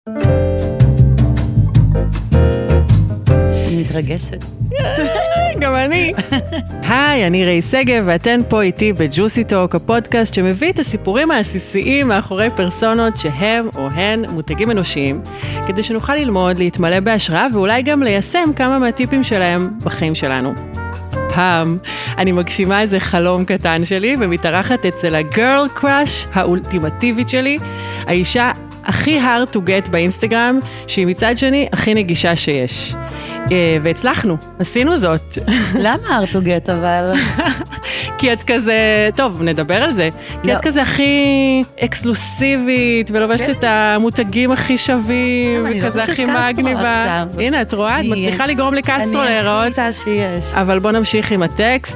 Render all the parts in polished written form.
אני מתרגשת. גם אני. היי, אני ראי סגב, ואתן פה איתי בג'וסי טוק, הפודקאסט שמביא את הסיפורים העסיסיים מאחורי פרסונות שהם או הן מותגים אנושיים, כדי שנוכל ללמוד, להתמלא בהשראה ואולי גם ליישם כמה מהטיפים שלהם בחיים שלנו. פעם אני מגשימה איזה חלום קטן שלי ומתארחת אצל הגרל קראש האולטימטיבית שלי, האישה הכי hard to get באינסטגרם, שהיא מצד שני הכי נגישה שיש. והצלחנו, עשינו זאת. למה hard to get אבל? כי את כזה, טוב, נדבר על זה, כי את כזה הכי אקסקלוסיבית, ולובשת את המותגים הכי שווים, וכזה הכי מגניבה. הנה, את רואה, את מצליחה לגרום לקסטרו להיראות. אני הכי שיש. אבל בוא נמשיך עם הטקסט.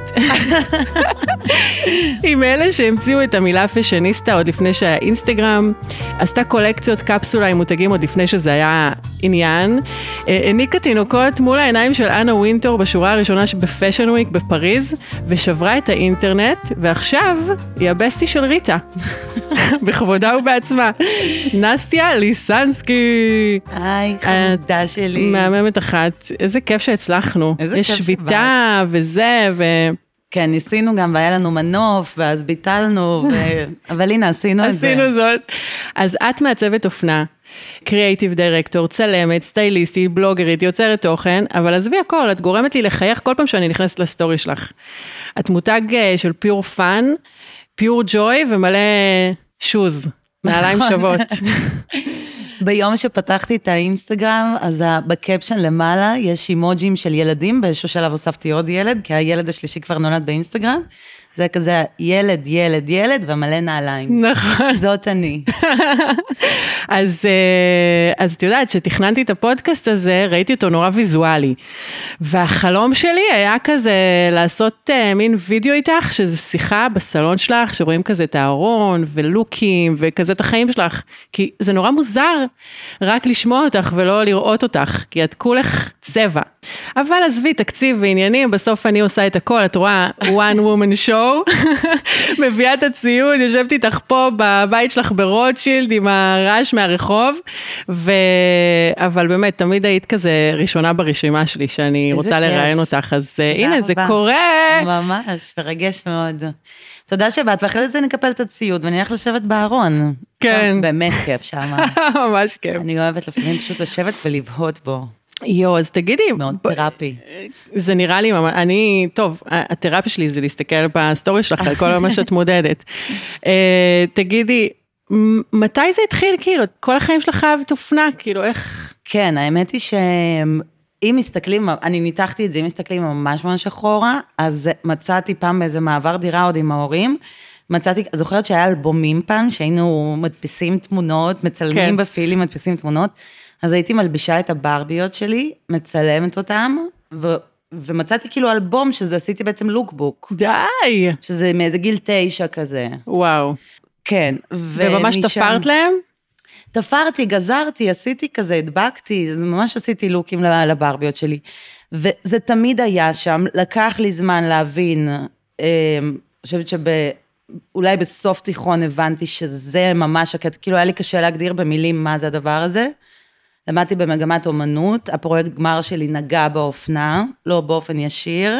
עם אלה שהמציאו את המילה פשניסטה עוד לפני שהיה אינסטגרם, עשתה קולקציות קפסולה עם מותגים עוד לפני שזה היה עניין, העניקה תינוקות מול העיניים של אנה ווינטור בשורה הראשונה שבפשן וויק בפריז, ושברה את האינטרנט, ועכשיו היא הבסטי של ריטה. בכבודה ובעצמה. נסטיה ליסנסקי. היי, חמודה שלי. מהממת אחת. איזה כיף שהצלחנו. איזה כיף שבאת. יש שביתה וזה כן, ניסינו גם, והיה לנו מנוף, ואז ביטלנו, אבל הנה, עשינו את זה. עשינו זאת. אז את מעצבת אופנה, קריאייטיב דירקטור, צלמת, סטייליסטית, בלוגרית, יוצרת תוכן, אבל עזבי הכל, את גורמת לי לחייך כל פעם שאני נכנסת לסטורי שלך. את מותג של פיור פאן, פיור ג'וי ומלא שוז, נעליים שוות. ביום שפתחתי את האינסטגרם, אז בקפשן למעלה יש אימוג'ים של ילדים, באיזשהו שלב הוספתי עוד ילד, כי הילד השלישי כבר נולד באינסטגרם, זה כזה ילד, ילד, ילד, ומלא נעליים. נכון. זאת אני. אז את יודעת, שתכננתי את הפודקאסט הזה, ראיתי אותו נורא ויזואלי, והחלום שלי היה כזה לעשות מין וידאו איתך, שזה שיחה בסלון שלך, שרואים כזה את הארון ולוקים, וכזה את החיים שלך, כי זה נורא מוזר רק לשמוע אותך ולא לראות אותך, כי את כולך צבע. אבל עזבי, תקציב ועניינים, בסוף אני עושה את הכל, את רואה one woman show, מביאה את הציוד, יושבת איתך פה בבית שלך ברוטשילד, עם הרעש מהרחוב, אבל באמת, תמיד היית כזה ראשונה ברשימה שלי, שאני רוצה לראיין אותך, אז הנה, זה קורה. ממש, מרגש מאוד. תודה שבאת, ואחרי זה נקפל את הציוד, ואני הולך לשבת בארון. כן. באמת כיף שם. ממש כיף. אני אוהבת לפעמים פשוט לשבת ולבהות בו. אז תגידי. מאוד תרפי. זה נראה לי, טוב, התרפי שלי זה להסתכל בסטורי שלך, על כל מה שאת מודדת. תגידי, מתי זה התחיל, כאילו, כל החיים שלך אהבת אופנה, כאילו, איך? כן, האמת היא שאם מסתכלים, אני ניתחתי את זה, אם מסתכלים ממש ממש אחורה, אז מצאתי פעם באיזה מעבר דירה עוד עם ההורים, זוכרת שהיה אלבומים פעם, שהיינו מדפיסים תמונות, מצלמים בפילים, מדפיסים תמונות, אז הייתי מלבישה את הברביות שלי, מצלמת אותם, ומצאתי כאילו אלבום שזה עשיתי בעצם לוקבוק. די! שזה מאיזה גיל 9 כזה. וואו. כן. וממש תפרת להם? תפרתי, גזרתי, עשיתי כזה, הדבקתי, ממש עשיתי לוקים לברביות שלי. וזה תמיד היה שם, לקח לי זמן להבין, אני חושבת אולי בסוף תיכון הבנתי שזה ממש, כאילו היה לי קשה להגדיר במילים מה זה הדבר הזה. למדתי במגמת אומנות, הפרויקט גמר שלי נגע באופנה, לא באופן ישיר,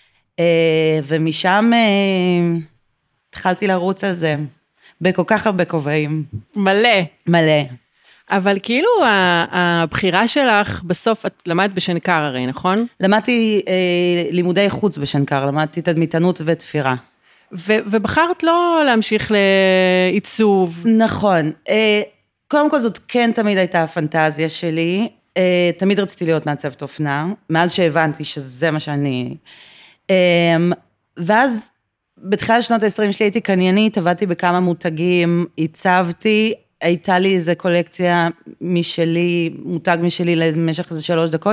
ומשם התחלתי לרוץ על זה, בכל כך הרבה כובעים. מלא. מלא. אבל כאילו הבחירה שלך, בסוף את למדת בשנקר הרי, נכון? למדתי לימודי חוץ בשנקר, למדתי תדמיתנות ותפירה. ובחרת לא להמשיך לעיצוב. נכון. קודם כל זאת כן תמיד הייתה הפנטזיה שלי, תמיד רציתי להיות מעצבת אופנה, מאז שהבנתי שזה מה שאני, ואז בתחילת שנות ה-20 שלי הייתי קניינית, עבדתי בכמה מותגים, עיצבתי, הייתה לי איזו קולקציה משלי, מותג משלי למשך איזה 3 דקות,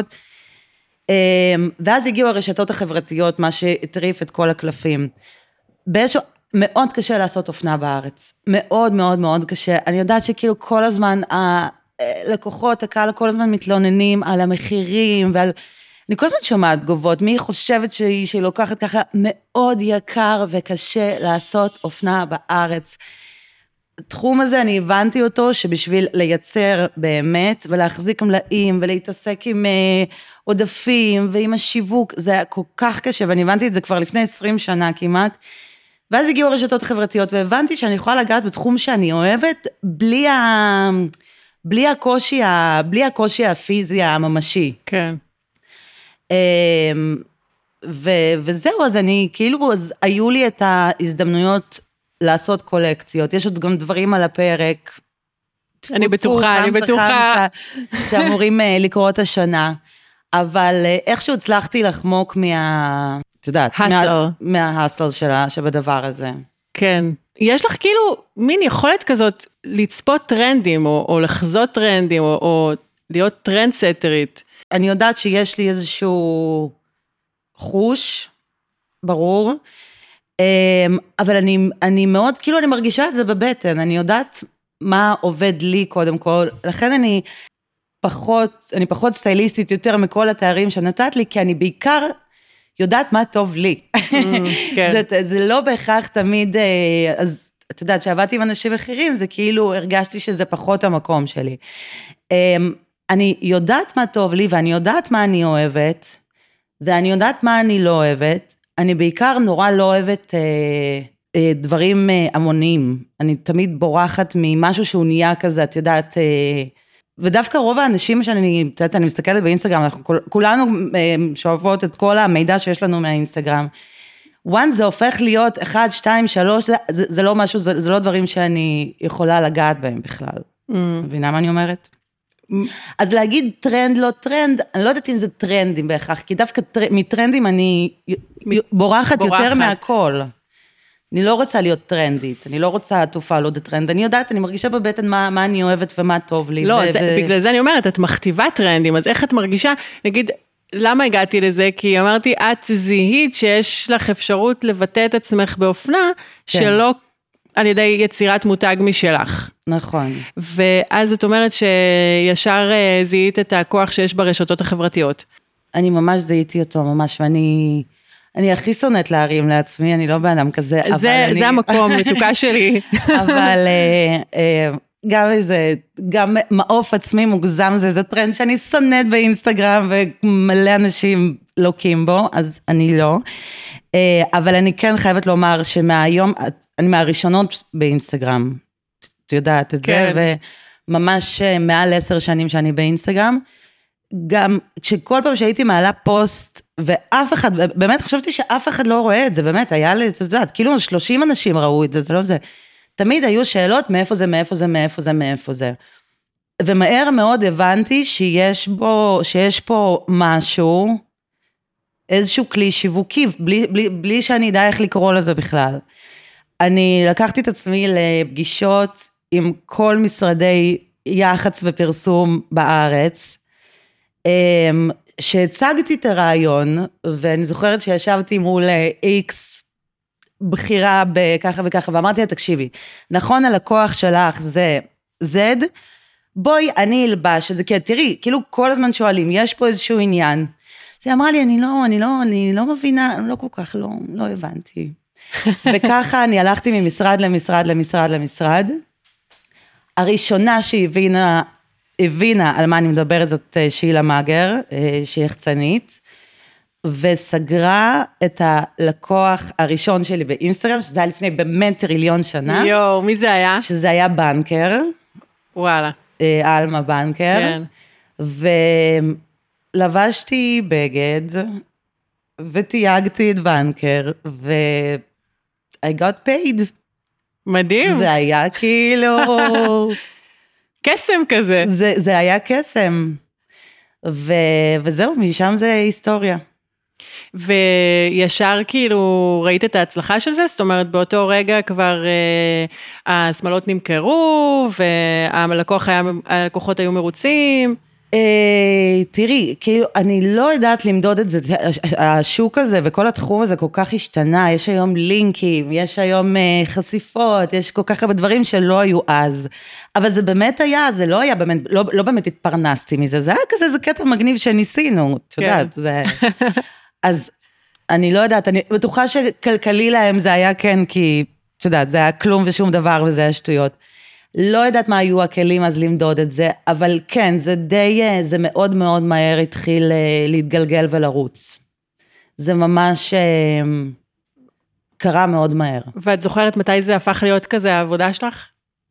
ואז הגיעו הרשתות החברתיות, מה שהטריף את כל הקלפים. באיזשהו, מאוד קשה לעשות אופנה בארץ, מאוד מאוד מאוד קשה, אני יודעת שכאילו כל הזמן, הלקוחות, הקהל כל הזמן מתלוננים על המחירים, אני כל הזמן שומעת תגובות, מי חושבת שהיא לוקחת ככה, מאוד יקר וקשה לעשות אופנה בארץ, התחום הזה, אני הבנתי אותו, שבשביל לייצר באמת, ולהחזיק מלאים, ולהתעסק עם עודפים, ועם השיווק, זה היה כל כך קשה, ואני הבנתי את זה כבר לפני 20 שנה כמעט, ואז הגיעו רשתות חברתיות, והבנתי שאני יכולה לגעת בתחום שאני אוהבת, בלי הקושי הפיזי הממשי. כן. וזהו, אז אני, כאילו, אז היו לי את ההזדמנויות לעשות קולקציות, יש עוד גם דברים על הפרק, אני בטוחה. שאמורים לקרות השנה, אבל איכשהו הצלחתי לחמוק את יודעת, מההסל שבדבר הזה. כן. יש לך כאילו מין יכולת כזאת לצפות טרנדים, או לחזות טרנדים, או להיות טרנדסטרית. אני יודעת שיש לי איזשהו חוש, ברור, אבל אני מאוד, כאילו אני מרגישה את זה בבטן, אני יודעת מה עובד לי קודם כל, לכן אני פחות סטייליסטית יותר מכל התארים שנתת לי, כי אני בעיקר יודעת מה טוב לי. כן. זה לא בהכרח תמיד, אז את יודעת, שעבדתי עם אנשים אחרים, זה כאילו הרגשתי שזה פחות המקום שלי. אני יודעת מה טוב לי, ואני יודעת מה אני אוהבת, ואני יודעת מה אני לא אוהבת, אני בעיקר נורא לא אוהבת דברים המוניים, אני תמיד בורחת ממשהו שהוא נהיה כזה, את יודעת, ודווקא רוב האנשים שאני מסתכלת באינסטגרם, אנחנו כולנו שואבות את כל המידע שיש לנו מהאינסטגרם, זה הופך להיות 1, 2, 3, זה לא משהו, זה לא דברים שאני יכולה לגעת בהם בכלל. מבינה מה אני אומרת? אז להגיד טרנד, לא טרנד, אני לא יודעת אם זה טרנדים בהכרח, כי דווקא מטרנדים אני בורחת יותר מהכל. אני לא רוצה להיות טרנדית, אני לא רוצה תופעה לא טרנד, אני יודעת, אני מרגישה בבטן מה אני אוהבת ומה טוב לי. לא, בגלל זה אני אומרת, את מכתיבה טרנדים, אז איך את מרגישה, נגיד, למה הגעתי לזה? כי אמרתי, את זיהית שיש לך אפשרות לבטא את עצמך באופנה, שלא על ידי יצירת מותג משלך. נכון. ואז את אומרת שישר זיהית את הכוח שיש ברשתות החברתיות. אני ממש זיהיתי אותו, ממש, ואני הכי שונאת להרים לעצמי, אני לא באדם כזה, זה המקום, מתוקה שלי. אבל גם מעוף עצמי מוגזם, זה טרנד שאני שונאת באינסטגרם, ומלא אנשים לוקים בו, אז אני לא. אבל אני כן חייבת לומר שמהיום, אני מהראשונות באינסטגרם, את יודעת את זה, וממש מעל 10 שנים שאני באינסטגרם, גם כשכל פעם שהייתי מעלה פוסט, ואף אחד, באמת חשבתי שאף אחד לא רואה את זה, באמת, היה לי, את יודעת, כאילו 30 אנשים ראו את זה, זה לא זה, תמיד היו שאלות, מאיפה זה, ומהר מאוד הבנתי שיש פה משהו, איזשהו כלי שיווקי, בלי שאני אדע איך לקרוא לזה בכלל. אני לקחתי את עצמי לפגישות עם כל משרדי יח"צ ופרסום בארץ, שהצגתי את הרעיון, ואני זוכרת שישבתי מול איקס בחירה בככה וככה, ואמרתי לה, תקשיבי, נכון הלקוח שלך זה Z, בואי אני אלבש את זה, כי תראי, כאילו כל הזמן שואלים, יש פה איזשהו עניין, אז היא אמרה לי, אני לא מבינה, לא כל כך, לא הבנתי. וככה אני הלכתי ממשרד למשרד, הראשונה שהבינה על מה אני מדברת, זאת שילה מגר, שהיא יחצנית, וסגרה את הלקוח הראשון שלי באינסטגרם, שזה היה לפני באמת טריליון שנה. יואו, מי זה היה? שזה היה בנקר. וואלה. אלמה בנקר. כן. ולבשתי בגד, ותייגתי את בנקר, I got paid. מדהים. זה היה כאילו... קסם כזה. זה היה קסם. וזהו, משם זה היסטוריה. וישר כאילו ראית את ההצלחה של זה? זאת אומרת, באותו רגע כבר השמלות נמכרו, והלקוחות היו מרוצים. תראי, כאילו, אני לא יודעת למדוד את זה, השוק הזה וכל התחום הזה כל כך השתנה, יש היום לינקים, יש היום חשיפות, יש כל כך הרבה דברים שלא היו אז, אבל זה באמת היה, זה לא היה באמת, לא באמת התפרנסתי מזה, זה היה כזה, זה קטע מגניב שניסינו, את יודעת, זה... אז אני לא יודעת, אני בטוחה שכלכלי להם זה היה כן, כי את יודעת, זה היה כלום ושום דבר וזה היה שטויות. לא יודעת מה היו הכלים אז למדוד את זה, אבל כן, זה מאוד מאוד מהר התחיל להתגלגל ולרוץ. זה ממש קרה מאוד מהר. ואת זוכרת מתי זה הפך להיות כזה העבודה שלך?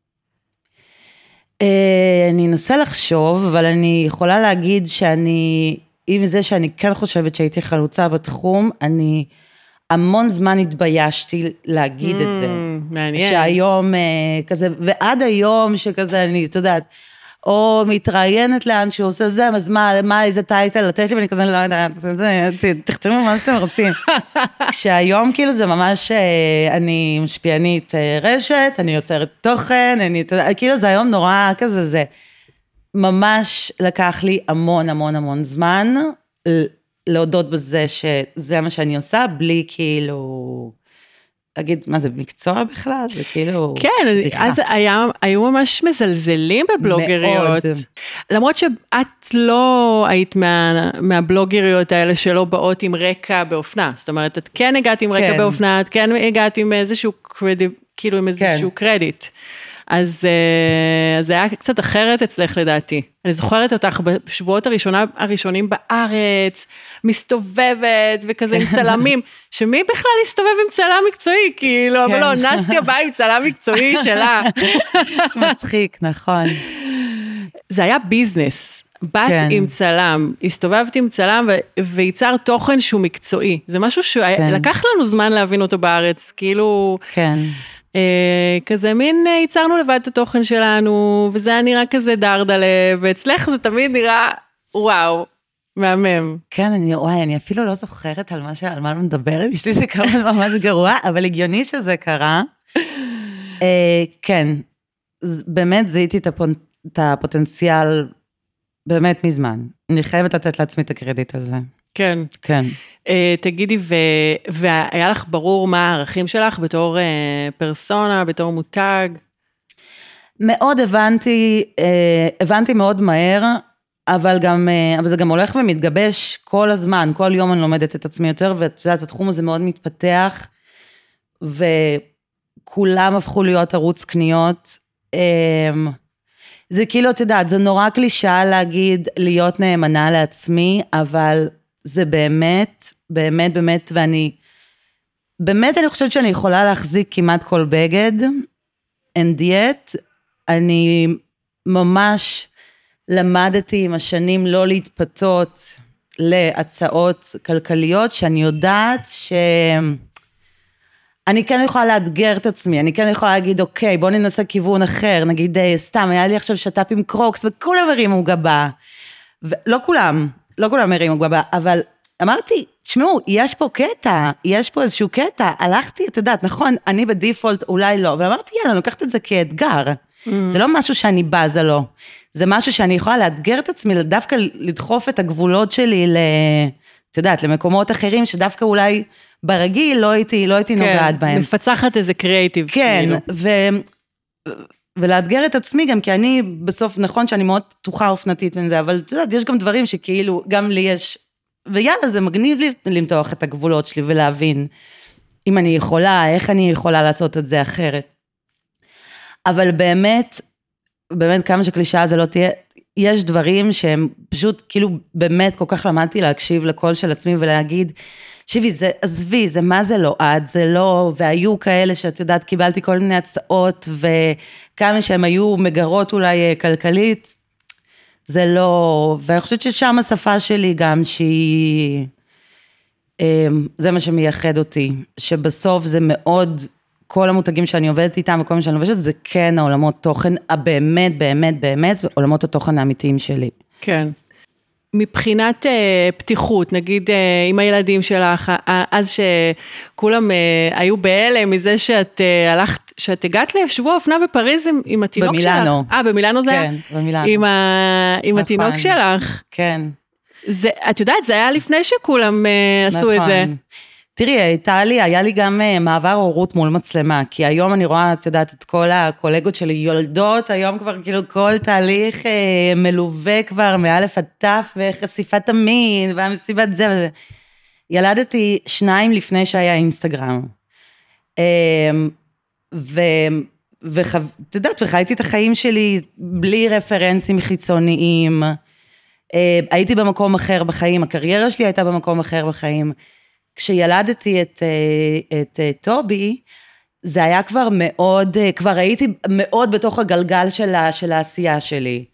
אני אנסה לחשוב, אבל אני יכולה להגיד עם זה שאני כן חושבת שהייתי חלוצה בתחום, אני המון זמן התביישתי להגיד את זה. מעניין. שהיום כזה, ועד היום שכזה אני, את יודעת, או מתראיינת לאן שהוא עושה זה, אז מה, איזה טייטל לתת לי, ואני כזה לא יודעת, תכתבו מה שאתם רוצים. כשהיום כאילו זה ממש, אני משפיענית רשת, אני יוצרת תוכן, כאילו זה היום נורא כזה, זה ממש לקח לי המון המון המון זמן, להודות בזה שזה מה שאני עושה, בלי כאילו, להגיד, מה זה מקצוע בכלל? זה כאילו... כן, אז היו ממש מזלזלים בבלוגריות. מאוד. למרות שאת לא היית מהבלוגריות האלה שלא באות עם רקע באופנה. זאת אומרת, את כן הגעת עם רקע באופנה, את כן הגעת עם איזשהו קרדיט, כאילו עם איזשהו קרדיט. אז זה היה קצת אחרת אצלך לדעתי. אני זוכרת אותך בשבועות הראשונים בארץ, מסתובבת וכזה עם צלמים, שמי בכלל הסתובב עם צלם מקצועי, כאילו, אבל לא, נסטיה באה עם צלם מקצועי שלה. מצחיק, נכון. זה היה ביזנס. באת עם צלם, הסתובבת עם צלם וייצר תוכן שהוא מקצועי. זה משהו שלקח לנו זמן להבין אותו בארץ, כאילו... כן. כזה מין ייצרנו לבד את התוכן שלנו, וזה היה נראה כזה דרדלה, ואצלך זה תמיד נראה, וואו, מהמם. כן, אני אפילו לא זוכרת על מה אני מדברת, יש לי זה כמה ממש גרוע, אבל הגיוני שזה קרה. כן, באמת זיהיתי את הפוטנציאל, באמת מזמן. אני חייבת לתת לעצמי את הקרדיט על זה. כן. כן. תגידי, והיה לך ברור מה הערכים שלך בתור פרסונה, בתור מותג? מאוד הבנתי מאוד מהר, אבל זה גם הולך ומתגבש כל הזמן, כל יום אני לומדת את עצמי יותר, ואת יודעת, התחום הזה מאוד מתפתח, וכולם הפכו להיות ערוץ קניות, זה כאילו, את יודעת, זה נורא קלישאה להגיד, להיות נאמנה לעצמי, אבל זה באמת, באמת, באמת, באמת אני חושבת שאני יכולה להחזיק כמעט כל בגד, and yet, אני ממש למדתי עם השנים לא להתפתות להצעות כלכליות, שאני יודעת אני כן יכולה לאתגר את עצמי, אני כן יכולה להגיד, אוקיי, בוא ננסה כיוון אחר, נגיד, סתם, היה לי עכשיו שטאפ עם קרוקס, וכולם הרימו גבה, ולא כולם הרימו גבה, אבל אמרתי, תשמעו, יש פה איזשהו קטע, הלכתי, את יודעת, נכון, אני בדיפולט אולי לא, אבל אמרתי, יאללה, לוקחת את זה כאתגר, זה לא משהו שאני בזה לו, זה משהו שאני יכולה לאתגר את עצמי, דווקא לדחוף את הגבולות שלי, את יודעת, למקומות אחרים, שדווקא אולי ברגיל לא הייתי נוגעת בהם. מפצחת איזה קריאיטיב. כן, ולאתגר את עצמי גם, כי אני בסוף, נכון שאני מאוד פתוחה אופנתית מזה, אבל את יודעת, יש גם דברים שכאילו, גם לי יש, ויאללה, זה מגניב לי למתוח את הגבולות שלי, ולהבין אם אני יכולה, איך אני יכולה לעשות את זה אחרת. אבל באמת כמה שקלישה זה לא תהיה, יש דברים שהם פשוט, כאילו, באמת כל כך למדתי להקשיב לקול של עצמי, ולהגיד, שיבי, עזבי, זה מה זה לא עד, זה לא, והיו כאלה שאת יודעת, קיבלתי כל מיני הצעות, וכמה שהם היו מגרות אולי כלכלית, זה לא, ואני חושבת ששם השפה שלי גם שהיא, זה מה שמייחד אותי, שבסוף זה מאוד, כל המותגים שאני עובדת איתם, וכל מה שאני עובדת, זה כן העולמות תוכן, הבאמת, באמת, באמת, עולמות התוכן האמיתיים שלי. כן. מבחינת פתיחות, נגיד עם הילדים שלך, אז שכולם היו בהלם מזה שאת הלכת, שאת הגעת לשבוע אופנה בפריז עם התינוק שלך. במילאנו. במילאנו זה היה? כן, במילאנו. עם התינוק שלך. כן. את יודעת, זה היה לפני שכולם עשו את זה. תראי, היה לי גם מעבר הורות מול מצלמה, כי היום אני רואה, את יודעת, את כל הקולגות שלי יולדות, היום כבר כאילו כל תהליך מלווה כבר מאלף עד תף, וחשיפת המין, והמסיבת זה וזה. ילדתי 2 לפני שהיה אינסטגרם. ואת יודעת, וחייתי את החיים שלי בלי רפרנסים חיצוניים, הייתי במקום אחר בחיים, הקריירה שלי הייתה במקום אחר בחיים. כשילדתי את טובי, זה היה כבר מאוד, כבר הייתי מאוד בתוך הגלגל של העשייה שלי.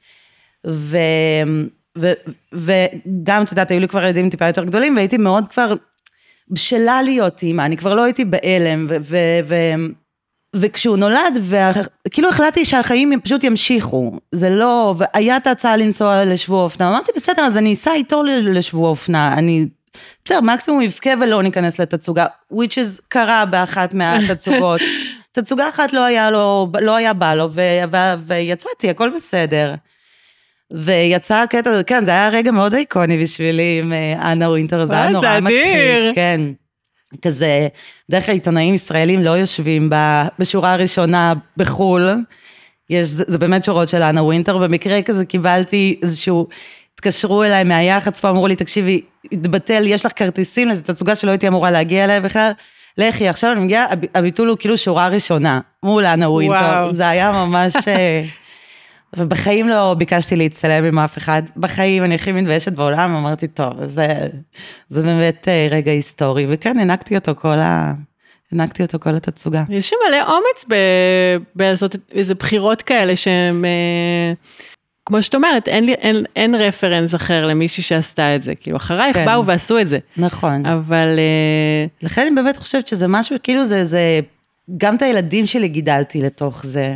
וגם, את יודעת, היו לי כבר ילדים טיפה יותר גדולים, והייתי מאוד כבר בשלה להיות אימא, אני כבר לא הייתי באלם, וכשהוא נולד, כאילו החלטתי שהחיים פשוט ימשיכו, זה לא, והיה את ההצעה לנסוע לשבוע אופנה, אמרתי, בסדר, אז אני אסע איתו לשבוע אופנה, בסדר, מקסימום יבכה ולא ניכנס לתצוגה, which is קרה באחת מהתצוגות, תצוגה אחת לא היה בא לו, ויצאתי, הכל בסדר. ויצא הקטע, כן, זה היה רגע מאוד איקוני בשבילי עם אנה ווינטר, זה היה נורא מצחיק, כן. כזה, דרך העיתונאים ישראלים לא יושבים בשורה הראשונה בחול, זה באמת שורות של אנה ווינטר, במקרה כזה קיבלתי איזשהו, התקשרו אליי מהיח"צ, פה אמרו לי, תקשיבי, התבטל, יש לך כרטיסים לזה תצוגה שלא הייתי אמורה להגיע אליה בכלל, לכי, עכשיו אני מגיעה, הביטול הוא כאילו שורה ראשונה, מול אנה ווינטר, זה היה ממש, ובחיים לא ביקשתי להצטלם עם אף אחד, בחיים אני הכי מתביישת בעולם, אמרתי, טוב, זה באמת רגע היסטורי, וכן, הענקתי אותו כל התצוגה. יש מלא אומץ לעשות איזה בחירות כאלה שהן, כמו שאת אומרת, אין רפרנס אחר למישהי שעשתה את זה, כאילו אחרייך באו ועשו את זה. נכון. אבל לכן אני באמת חושבת שזה משהו, כאילו זה, גם את הילדים שלי גידלתי לתוך זה,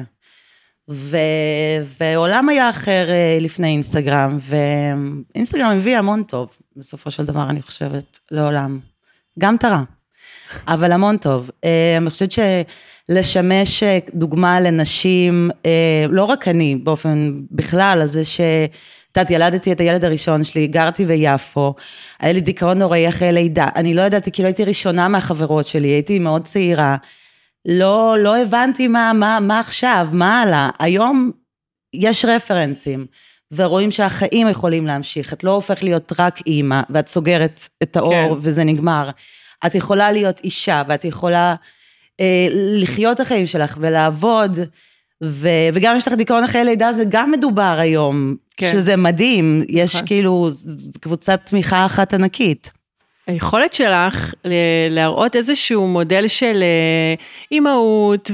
ועולם היה אחר לפני אינסטגרם, ואינסטגרם הביא המון טוב, בסופו של דבר אני חושבת, לעולם. גם תרע, אבל המון טוב. אני חושבת שלשמש דוגמה לנשים, לא רק אני, באופן בכלל, אז זה ילדתי את הילד הראשון שלי, גרתי ביפו, היה לי דיכאון נוראי אחרי לידה, אני לא ידעתי, כאילו הייתי ראשונה מהחברות שלי, הייתי מאוד צעירה, לא הבנתי מה עכשיו, מה הלאה, היום יש רפרנסים, ורואים שהחיים יכולים להמשיך, את לא הופך להיות רק אימא, ואת סוגרת את האור, כן. וזה נגמר, את יכולה להיות אישה, ואת יכולה לחיות החיים שלך, ולעבוד, וגם יש לך דיכאון אחרי לידה, זה גם מדובר היום, כן. שזה מדהים, יש כאילו קבוצת תמיכה אחת ענקית. היכולת שלך להראות איזשהו מודל של אימהות,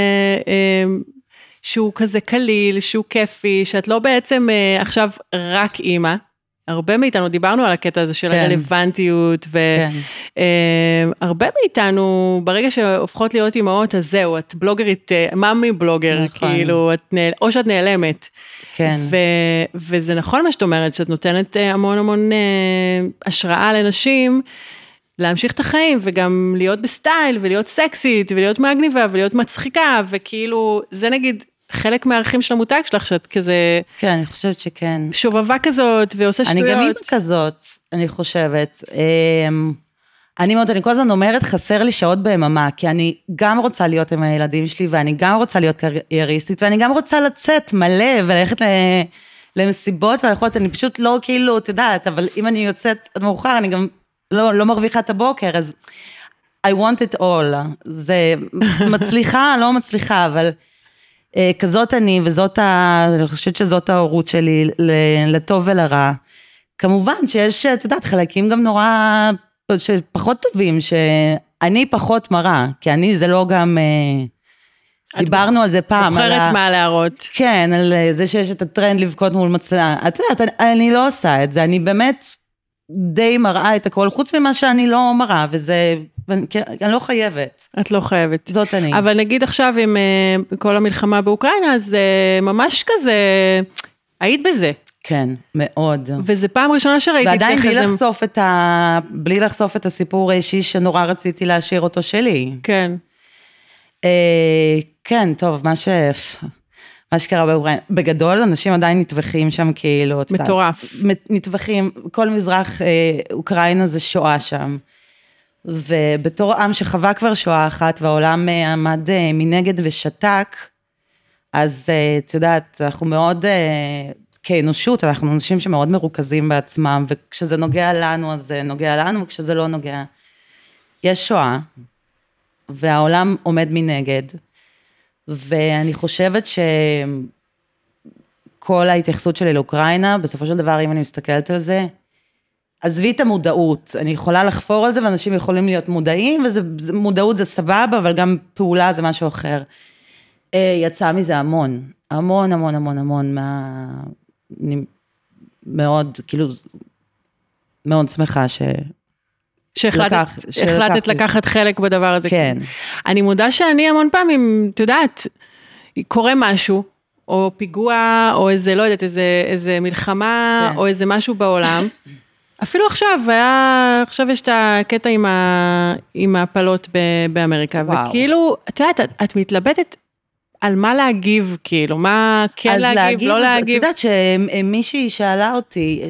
שהוא כזה קליל, שהוא כיפי, שאת לא בעצם עכשיו רק אימא, הרבה מאיתנו, דיברנו על הקטע הזה של הרלוונטיות, והרבה מאיתנו, ברגע שהופכות להיות אימהות, אז זהו, את בלוגרית, מאמי בלוגר, כאילו, או שאת נעלמת. כן. וזה נכון מה שאת אומרת, שאת נותנת המון המון השראה לנשים, להמשיך את החיים, וגם להיות בסטייל, ולהיות סקסית, ולהיות מגניבה, ולהיות מצחיקה, וכאילו, זה נגיד, חלק מהערכים של המותג שלך, שאת כזה... כן, אני חושבת שכן. שובבה כזאת, ועושה שטויות. אני גם אימא כזאת, אני חושבת. אני כל הזמן אומרת, חסר לי שעות ביממה, כי אני גם רוצה להיות עם הילדים שלי, ואני גם רוצה להיות קרייריסטית, ואני גם רוצה לצאת מלא, וללכת למסיבות, אני פשוט לא כאילו, את יודעת, אבל אם אני יוצאת עד מאוחר, אני גם לא מרוויחה את הבוקר, אז I want it all. זה מצליחה, לא מצליחה, אבל... כזאת אני, אני חושבת שזאת ההורות שלי, לטוב ולרע. כמובן שיש, את יודעת, חלקים גם נורא, שפחות טובים, שאני פחות מראה, כי אני זה לא גם, דיברנו על זה פעם. בוחרת מה להראות. כן, על זה שיש את הטרנד לבכות מול מצלמה. את יודעת, אני לא עושה את זה, אני באמת די מראה את הכל, חוץ ממה שאני לא מראה, וזה... אני לא חייבת. את לא חייבת. זאת אני. אבל נגיד עכשיו עם כל המלחמה באוקראינה, אז ממש כזה, היית בזה. כן, מאוד. וזה פעם ראשונה שראיתי... ועדיין בלי לחשוף את הסיפור האישי שנורא רציתי להשאיר אותו שלי. כן. כן, טוב, מה שקרה באוקראינה, בגדול, אנשים עדיין נטווחים שם כאילו... מטורף. נטווחים, כל מזרח אוקראינה זה שואה שם. ובתור עם שחווה כבר שואה אחת, והעולם עמד מנגד ושתק, אז את יודעת, אנחנו מאוד, כאנושות, אנחנו אנשים שמאוד מרוכזים בעצמם, וכשזה נוגע לנו, אז זה נוגע לנו, וכשזה לא נוגע, יש שואה, והעולם עומד מנגד, ואני חושבת שכל ההתייחסות שלי לאוקראינה, בסופו של דבר, אם אני מסתכלת על זה, עזבי את המודעות, אני יכולה לחפור על זה, ואנשים יכולים להיות מודעים, ומודעות זה סבבה, אבל גם פעולה זה משהו אחר. יצא מזה המון, המון, המון, המון, המון, אני מאוד, כאילו, מאוד שמחה שהחלטת לקחת חלק בדבר הזה. כן. אני מודה שאני המון פעמים, את יודעת, קורה משהו, או פיגוע, או איזה, לא יודעת, איזה מלחמה, כן. או איזה משהו בעולם, אפילו עכשיו יש את הקטע עם הפלות באמריקה, וואו. וכאילו, את יודעת, את מתלבטת על מה להגיב, כאילו, מה כן להגיב, לא להגיב. את יודעת שמישהי שאלה אותי,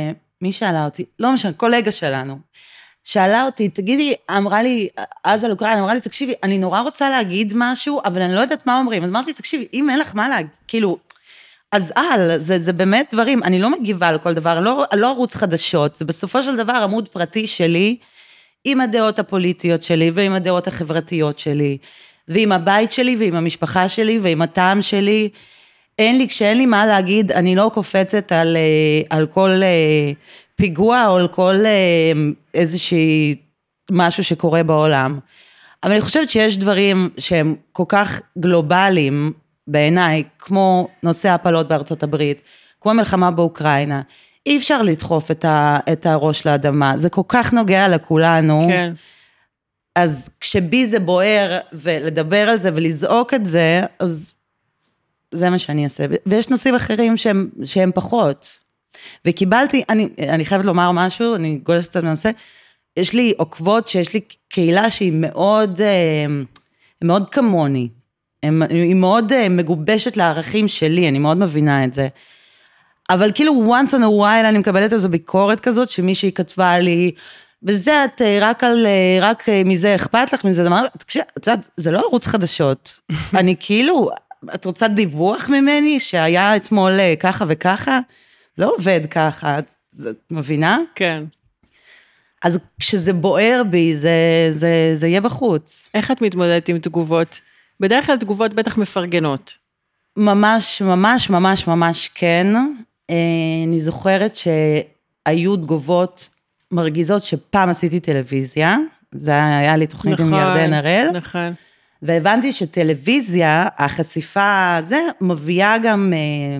לא משנה, קולגה שלנו, שאלה אותי, תגידי, אמרה לי, אז על אוקראינה, אמרה לי, תקשיבי, אני נורא רוצה להגיד משהו, אבל אני לא יודעת מה אומרים, אז אמרתי, תקשיבי, אם אין לך מה להגיד, כאילו, אז זה באמת דברים, אני לא מגיבה על כל דבר, לא ערוץ חדשות, זה בסופו של דבר עמוד פרטי שלי, עם הדעות הפוליטיות שלי, ועם הדעות החברתיות שלי, ועם הבית שלי, ועם המשפחה שלי, ועם הטעם שלי, כשאין לי מה להגיד, אני לא קופצת על כל פיגוע, או על כל איזושהי משהו שקורה בעולם. אבל אני חושבת שיש דברים שהם כל כך גלובליים, בעיניי, כמו נושא הפלות בארצות הברית, כמו מלחמה באוקראינה, אי אפשר לדחוף את הראש לאדמה, זה כל כך נוגע לכולנו, כן. אז כשבי זה בוער, ולדבר על זה ולזעוק את זה, אז זה מה שאני אעשה, ויש נושאים אחרים שהם פחות, וקיבלתי, אני חייבת לומר משהו, אני גולשת על הנושא, יש לי עוקבות שיש לי קהילה שהיא מאוד, מאוד כמוני, היא מאוד מגובשת לערכים שלי, אני מאוד מבינה את זה, אבל כאילו once in a while אני מקבלת איזו ביקורת כזאת, שמישהי כתבה לי, וזה את רק מזה אכפת לך, מזה, זה לא ערוץ חדשות, אני כאילו, את רוצה דיווח ממני, שהיה אתמול ככה וככה, לא עובד ככה, את מבינה? כן. אז כשזה בוער בי, זה יהיה בחוץ. איך את מתמודדת עם תגובות? בדרך כלל תגובות בטח מפרגנות. ממש, ממש, ממש, ממש כן. אני זוכרת שהיו תגובות מרגיזות שפעם עשיתי טלוויזיה, זה היה לי תוכנית עם ירדן הראל. נכון. והבנתי שטלוויזיה, החשיפה הזה, מביאה גם,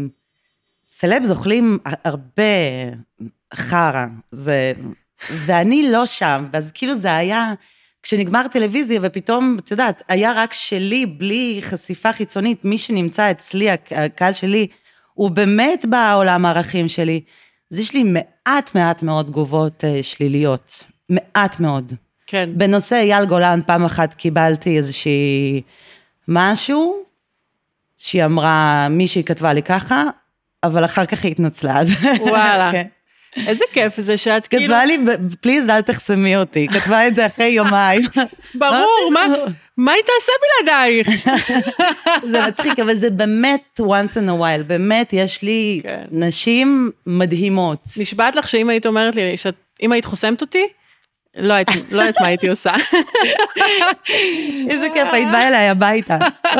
סלבס אוכלים הרבה חרה, ואני לא שם, ואז כאילו זה היה, כשנגמר טלוויזיה, ופתאום, את יודעת, היה רק שלי, בלי חשיפה חיצונית, מי שנמצא אצלי, הקהל שלי, הוא באמת בעולם הערכים שלי, אז יש לי מעט מאוד תגובות שליליות, מעט מאוד. כן. בנושא אייל גולן, פעם אחת קיבלתי איזושהי משהו, שהיא אמרה, מישהי כתבה לי ככה, אבל אחר כך היא התנצלה. וואלה. כן. איזה כיף זה שאת כאילו... כתבה לי, פליז אל תחסמי אותי, כתבה את זה אחרי יומיים. ברור, מה היא תעשה בלעדייך? זה מצחיק, אבל זה באמת once in a while, באמת יש לי נשים מדהימות. נשבעת לך שאם היית אומרת לי, אם היית חוסמת אותי, לא יודעת מה הייתי עושה. איזה כיף, היית באה אליי הביתה.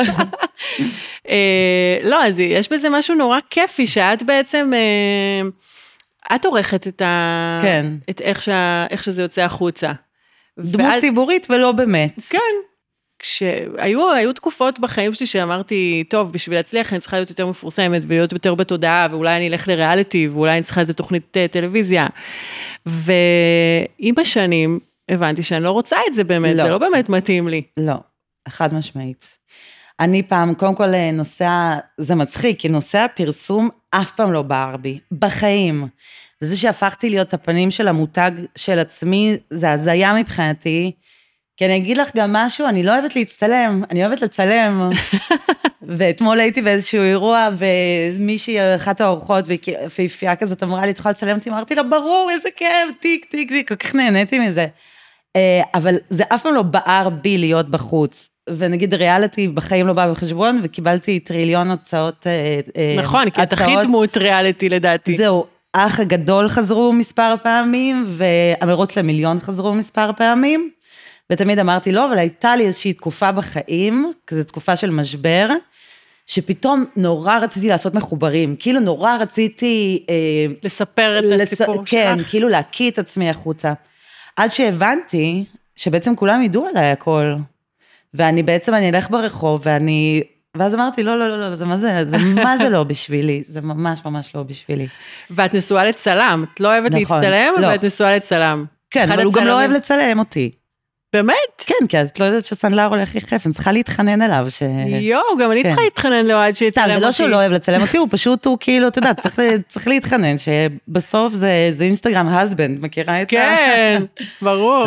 לא, אז יש בזה משהו נורא כיפי, שאת בעצם, את עורכת את איך שזה יוצא החוצה. דמות ציבורית ולא באמת. כן. כשהיו תקופות בחיים שלי שאמרתי, טוב, בשביל להצליח אני צריכה להיות יותר מפורסמת, ולהיות יותר בתודעה, ואולי אני אלך לריאליטי, ואולי אני צריכה את תוכנית טלוויזיה. ועם השנים הבנתי שאני לא רוצה את זה באמת, זה לא באמת מתאים לי. לא, חד משמעית. אני פעם, קודם כל זה מצחיק, כי נושא הפרסום אף פעם לא בער בי, בחיים. וזה שהפכתי להיות הפנים של המותג של עצמי, זה הזיה מבחינתי, כי אני אגיד לך גם משהו, אני לא אוהבת להצטלם, אני אוהבת לצלם, ואתמול הייתי באיזשהו אירוע, ומישהי, אחת האורחות, ויפייה כזאת אמרה לי, תוכל לצלם אותי, אמרתי לה, ברור, איזה כיף, טיק, טיק, טיק, כל כך נהניתי מזה. אבל זה אף פעם לא בער בי להיות בחוץ, ונגיד ריאליטי בחיים לא בא בחשבון, וקיבלתי טריליון הצעות. נכון, כי את הכי דמות ריאליטי לדעתי. זהו, האח הגדול חזרו מספר פעמים, והמרוץ למיליון חזרו מספר פעמים, ותמיד אמרתי לא, אבל הייתה לי איזושהי תקופה בחיים, כזו תקופה של משבר, שפתאום נורא רציתי לעשות מחוברים, כאילו נורא רציתי... לספר את הסיפור שלך. כן, כאילו להקיא את עצמי החוצה. עד שהבנתי שבעצם כולם ידעו עליי הכל, ואני בעצם, אני אלך ברחוב, ואז אמרתי, לא, זה מה זה לא בשבילי, זה ממש ממש לא בשבילי. ואת נשואה לצלם, את לא אוהבת להצטלם, אבל את נשואה לצלם. כן, אבל הוא גם לא אוהב לצלם אותי. באמת? כן, כי את לא יודעת שסנדלר הולך יחף, אני צריכה להתחנן אליו. גם אני צריכה להתחנן לאוהד שיצלם אותי. זה לא שהוא לא אוהב לצלם אותי, הוא פשוט, הוא כאילו, אתה יודע, צריך להתחנן, שבסוף זה אינסטגרם הסבנד, מכירה את ה... כן, ברור.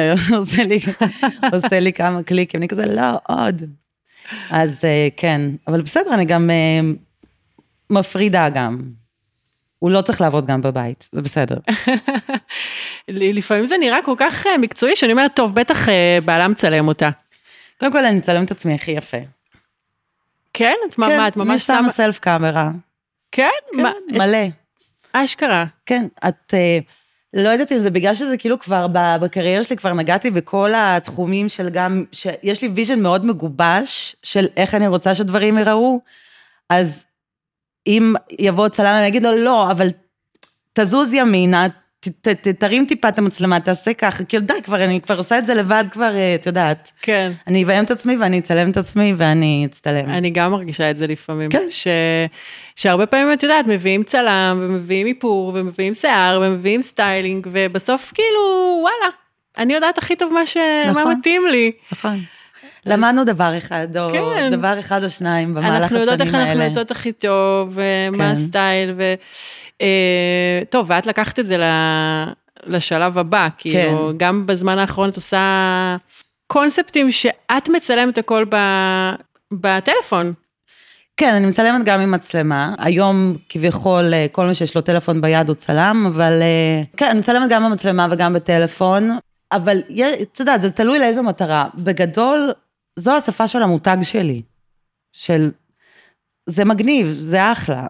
עושה לי כמה קליקים, אני כזה, לא, עוד. אז כן, אבל בסדר, אני גם מפרידה גם. הוא לא צריך לעבוד גם בבית, זה בסדר. לפעמים זה נראה כל כך מקצועי, שאני אומרת, טוב, בטח בעלה מצלם אותה. קודם כל, אני מצלם את עצמי הכי יפה. כן? את ממש שמה? כן, סלף קאמרה. כן? כן, מלא. אשכרה. כן, את לא יודעת אם זה בגלל שזה כאילו כבר בקריירה שלי, כבר נגעתי בכל התחומים של גם, שיש לי ויז'ן מאוד מגובש, של איך אני רוצה שדברים יראו, אז אם יבוא צלם, אני אגיד לו, לא, אבל תזוז ימינה, תרים טיפה את המצלמה, תעשה ככה, כאילו די, אני כבר עושה את זה לבד, כבר, את יודעת. כן. אני אביים את עצמי, ואני אצלם את עצמי, ואני אצטלם. אני גם מרגישה את זה לפעמים. כן. שהרבה פעמים, את יודעת, מביאים צלם, ומביאים איפור, ומביאים שיער, ומביאים סטיילינג, ובסוף כאילו, וואלה, אני יודעת הכי טוב מה מתאים לי. נכון. למדנו דבר אחד, או דבר אחד או שניים, במהלך השנים האלה. אנחנו יודעות איך אנחנו יוצאות הכי טוב, ומה הסטייל, טוב, ואת לקחת את זה לשלב הבא, כאילו, גם בזמן האחרון את עושה קונספטים שאת מצלמת הכל בטלפון. כן, אני מצלמת גם עם מצלמה, היום כביכול כל מי שיש לו טלפון ביד הוא צלם, אבל כן, אני מצלמת גם במצלמה וגם בטלפון, אבל אתה יודע, זה תלוי לאיזו מטרה, בגדול, זו השפה של המותג שלי, זה מגניב, זה אחלה,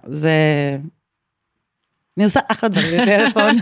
אני עושה אחלה דברים בטלפון.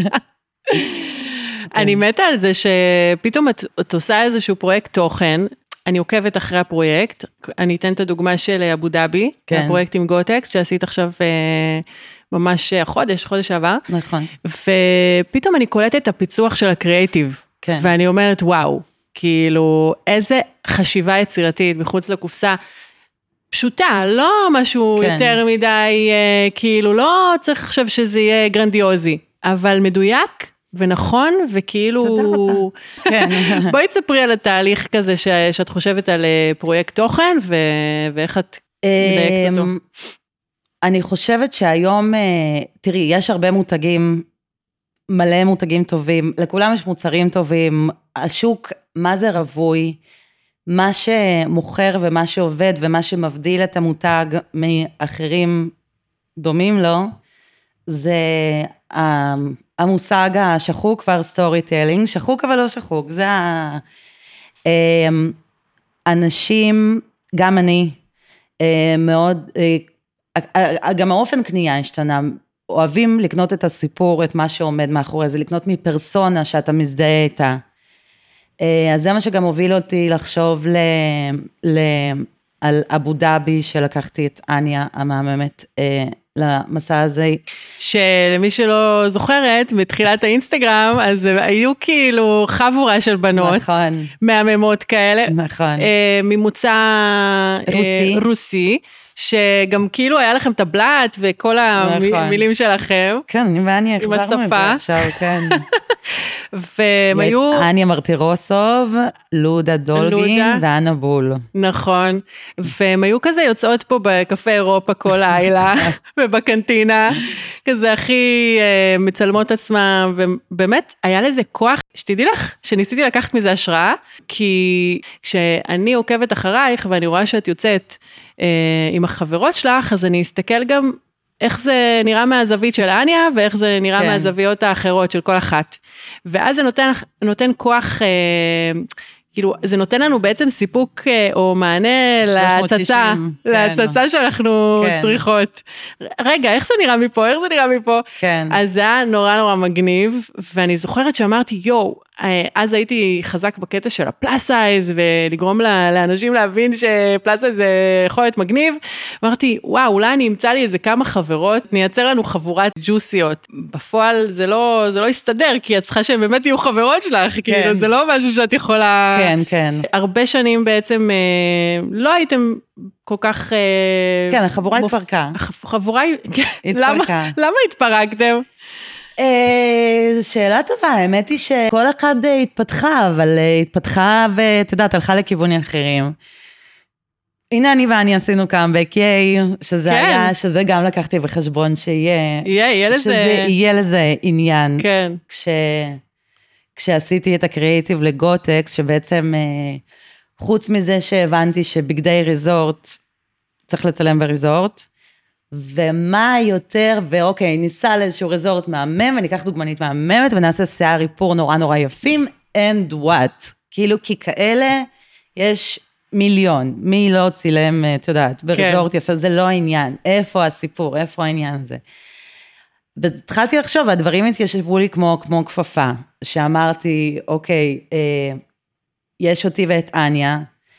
אני מתה על זה שפתאום את עושה איזשהו פרויקט תוכן, אני עוקבת אחרי הפרויקט, אני אתן את הדוגמה של אבו דאבי, הפרויקט עם גוטקס, שעשית עכשיו ממש חודש עבר. נכון. ופתאום אני קולטת את הפיצוח של הקריאטיב, ואני אומרת, וואו, כאילו, איזה חשיבה יצירתית מחוץ לקופסה, פשוטה, לא משהו יותר מדי, כאילו, לא צריך עכשיו שזה יהיה גרנדיוזי, אבל מדויק ונכון, וכאילו, בואי תספרי על התהליך כזה שאת חושבת על פרויקט תוכן, ואיך את מדייקת אותו. אני חושבת שהיום, תראי, יש הרבה מותגים, מלא מותגים טובים, לכולם יש מוצרים טובים, השוק, מה זה רווי, מה שמוכר ומה שעובד ומה שמבדיל את המותג מאחרים דומים לו, זה המושג השחוק כבר סטורי טיילינג, שחוק אבל לא שחוק, זה אנשים, גם אני, מאוד, גם האופן קנייה השתנה, אוהבים לקנות את הסיפור, את מה שעומד מאחורי זה, לקנות מפרסונה שאתה מזדהה איתה, אז זה מה שגם הוביל אותי לחשוב על אבו דאבי, שלקחתי את אניה המהממת למסע הזה. שלמי שלא זוכרת, בתחילת האינסטגרם, אז היו כאילו חבורה של בנות, נכון. מהממות כאלה, נכון. ממוצא רוסי, שגם כאילו היה לכם טבלט, וכל המילים שלכם. כן, אני ואניה החזרנו את זה עכשיו, כן. והם היו... אניה מרטירוסוב, לודה דולגין ואנה בול. נכון, והם היו כזה יוצאות פה בקפה אירופה כל לילה, ובקנטינה, כזה הכי מצלמות עצמם, ובאמת היה לזה כוח, שתדעי לך, שניסיתי לקחת מזה השראה, כי כשאני עוקבת אחרייך, ואני רואה שאת יוצאת עם החברות שלך, אז אני אסתכל גם איך זה נראה מהזווית של אניה, ואיך זה נראה מהזוויות האחרות של כל אחת. ואז זה נותן כוח, כאילו, זה נותן לנו בעצם סיפוק או מענה 360, להצצה שאנחנו כן. צריכות. רגע, איך זה נראה מפה? איך זה נראה מפה? כן. אז זה היה נורא נורא מגניב, ואני זוכרת שאמרתי, אז הייתי חזק בקטע של הפלאס סייז, ולגרום לאנשים להבין שפלאס סייז זה יכול להיות מגניב. אמרתי, וואו, אולי אני אמצא לי איזה כמה חברות, נייצר לנו חבורת ג'וסיות. בפועל זה לא יסתדר, כי את צריכה שהן באמת יהיו חברות שלך, כן. כאילו זה לא משהו שאת יכולה... כן, כן. הרבה שנים בעצם לא הייתם כל כך... כן, החבורה התפרקה. החבורה... התפרקה. למה התפרקתם? זו שאלה טובה, האמת היא שכל אחד התפתחה, אבל התפתחה ואת יודעת, הלכה לכיוונים אחרים. הנה אני ואני עשינו קאמבק, שזה היה, שזה גם לקחתי בחשבון יהיה לזה עניין. כן. כשעשיתי את הקריאיטיב לגוטקס, שבעצם חוץ מזה שהבנתי שבגדי ריזורט, צריך לצלם בריזורט, ומה יותר, ואוקיי, ניסע לאיזשהו ריזורט מהמם, וניקח דוגמנית מהממת, ונעשה שיער איפור נורא נורא יפים, and what? כאילו, כי כאלה יש מיליון, מי לא צילם, את יודעת, בריזורט יפה, זה לא העניין, איפה הסיפור, איפה העניין הזה. והתחלתי לחשוב, והדברים התיישבו לי כמו כפפה, שאמרתי, אוקיי, יש אותי ואת אניה,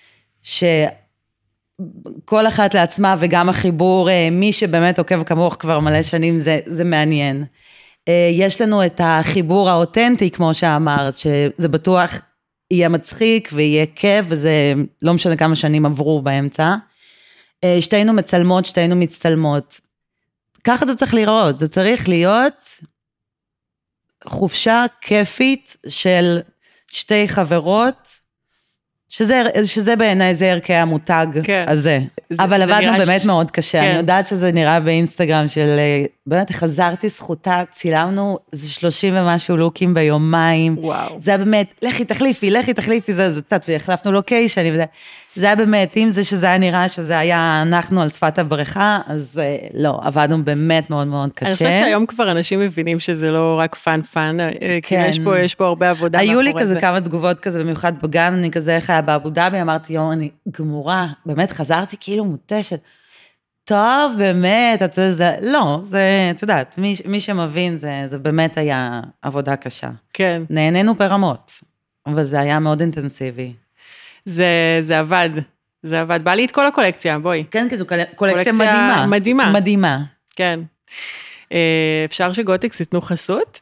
כל אחת לעצמה וגם החיבור, מי שבאמת עוקב כמוך כבר מלא שנים, זה מעניין. יש לנו את החיבור האותנטי, כמו שאמרת, שזה בטוח יהיה מצחיק ויהיה כיף, וזה לא משנה כמה שנים עברו באמצע. שתינו מצלמות, שתינו מצטלמות. ככה זה צריך לראות, זה צריך להיות חופשה כיפית של שתי חברות, שזה בעיניי זה ערכי המותג הזה. אבל עבדנו באמת מאוד קשה. אני יודעת שזה נראה באינסטגרם של, באמת חזרתי זכותה, צילמנו איזה 30 ומשהו לוקים ביומיים. זה היה באמת, לכי תחליפי, זה תת, והחלפנו לוקיישן, זה היה באמת, אם זה שזה היה נראה שזה היה אנחנו על שפת הבריכה, אז לא, עבדנו באמת מאוד מאוד קשה. אני חושבת שהיום כבר אנשים מבינים שזה לא רק פן, כי יש פה הרבה עבודה. היו לי כזה כמה תגובות כזה, במיוחד בגן, אני כזה איך היה באבו דאבי, אמרתי, יום, אני גמורה, באמת חזרתי כאילו מוטשת. טוב, באמת, לא, זה, את יודעת, מי שמבין, זה באמת היה עבודה קשה. כן. נהנינו ברמות, אבל זה היה מאוד אינטנסיבי. זה עבד, בא לי את כל הקולקציה, בואי. כן, כי זו קולקציה מדהימה. מדהימה. כן. אפשר שגוטקס ייתנו חסות?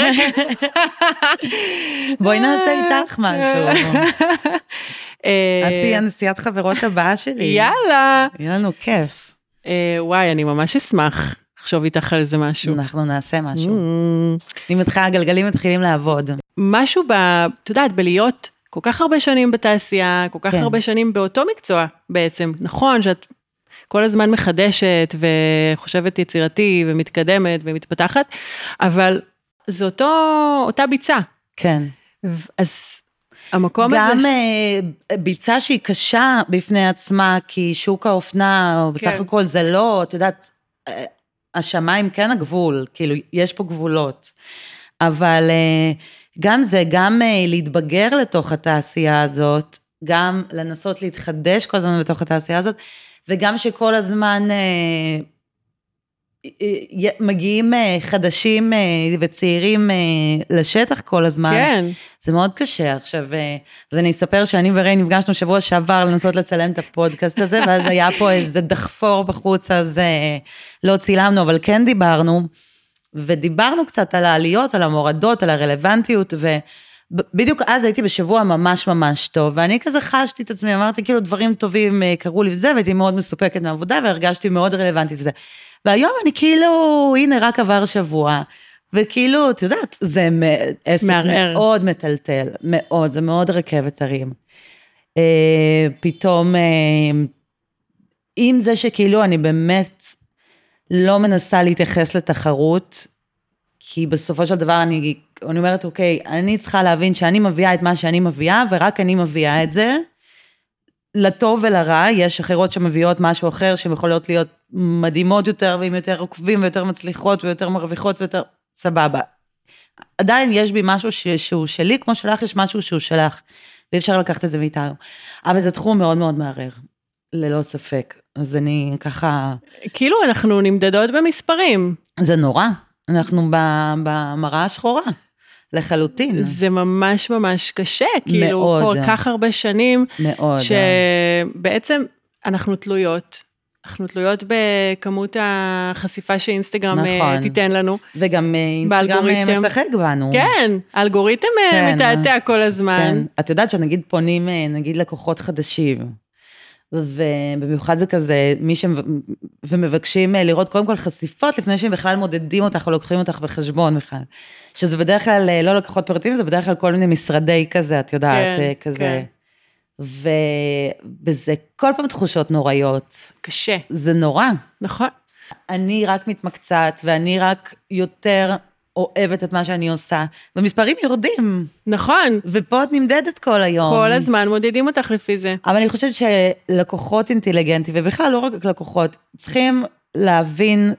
בואי נעשה איתך משהו. את תהיה הנשיאת חברות הבאה שלי. יאללה. יהיה לנו כיף. וואי, אני ממש אשמח לחשוב איתך על זה משהו. אנחנו נעשה משהו. אם הגלגלים מתחילים לעבוד. משהו, את יודעת, בלהיות כל כך הרבה שנים בתעשייה, כל כך הרבה שנים באותו מקצוע בעצם. נכון שאת כל הזמן מחדשת וחושבת יצירתי ומתקדמת ומתפתחת, אבל זה אותה ביצה. כן. אז המקום הזה... גם ביצה שהיא קשה בפני עצמה, כי שוק האופנה, או בסך הכל זה לא, את יודעת, השמיים כן הגבול, כאילו יש פה גבולות, אבל גם זה, גם להתבגר לתוך התעשייה הזאת, גם לנסות להתחדש כל הזמן בתוך התעשייה הזאת, וגם שכל הזמן מגיעים חדשים וצעירים לשטח כל הזמן. כן. זה מאוד קשה. עכשיו, אז אני אספר שאני וריי נפגשנו שבוע שעבר לנסות לצלם את הפודקאסט הזה, ואז היה פה איזה דחפור בחוץ, אז לא צילמנו, אבל כן דיברנו, ודיברנו קצת על העליות, על המורדות, על הרלוונטיות, ובדיוק אז הייתי בשבוע ממש ממש טוב, ואני כזה חשתי את עצמי, אמרתי כאילו דברים טובים קרו לי וזה, והייתי מאוד מסופקת מהעבודה, והרגשתי מאוד רלוונטית וזה. והיום אני כאילו, הנה רק עבר שבוע, וכאילו, את יודעת, זה עסק מאוד מטלטל, מאוד, זה מאוד רכבת הרים. פתאום, עם זה שכאילו אני באמת לא מנסה להתייחס לתחרות, כי בסופו של דבר אני אומרת, אוקיי, אני צריכה להבין שאני מביאה את מה שאני מביאה, ורק אני מביאה את זה, לטוב ולרע, יש אחרות שמביאות משהו אחר, שיכולות להיות מדהימות יותר, ועם יותר עוקבים, ויותר מצליחות, ויותר מרוויחות, ויותר סבבה. עדיין יש בי משהו שהוא שלי, כמו שלך יש משהו שהוא שלך. ואי אפשר לקחת את זה מאיתנו. אבל זה תחום מאוד מאוד מערער, ללא ספק. אז אני ככה... כאילו אנחנו נמדדות במספרים. זה נורא, אנחנו במראה השחורה, לחלוטין. זה ממש ממש קשה, כאילו מאוד. כל כך הרבה שנים, מאוד. שבעצם אנחנו תלויות בכמות החשיפה שאינסטגרם נכון. תיתן לנו. וגם אינסטגרם משחק בנו. כן, האלגוריתם מתעתע כל הזמן. כן, את יודעת שנגיד פונים, נגיד לקוחות חדשים, ובמיוחד זה כזה, ומבקשים לראות קודם כל חשיפות, לפני שהם בכלל מודדים אותך, או לוקחים אותך בחשבון בכלל. שזה בדרך כלל לא לקוחות פרטיים, זה בדרך כלל כל מיני משרדי כזה, את יודעת, כן, כזה. כן. וזה כל פעם תחושות נוראיות. קשה. זה נורא. נכון. אני רק מתמקצעת, ואני רק יותר אוהבת את מה שאני עושה, ומספרים יורדים. נכון. ופה את נמדדת כל היום. כל הזמן מודדים אותך לפי זה. אבל אני חושבת שלקוחות אינטליגנטים, ובכלל לא רק לקוחות, צריכים להבין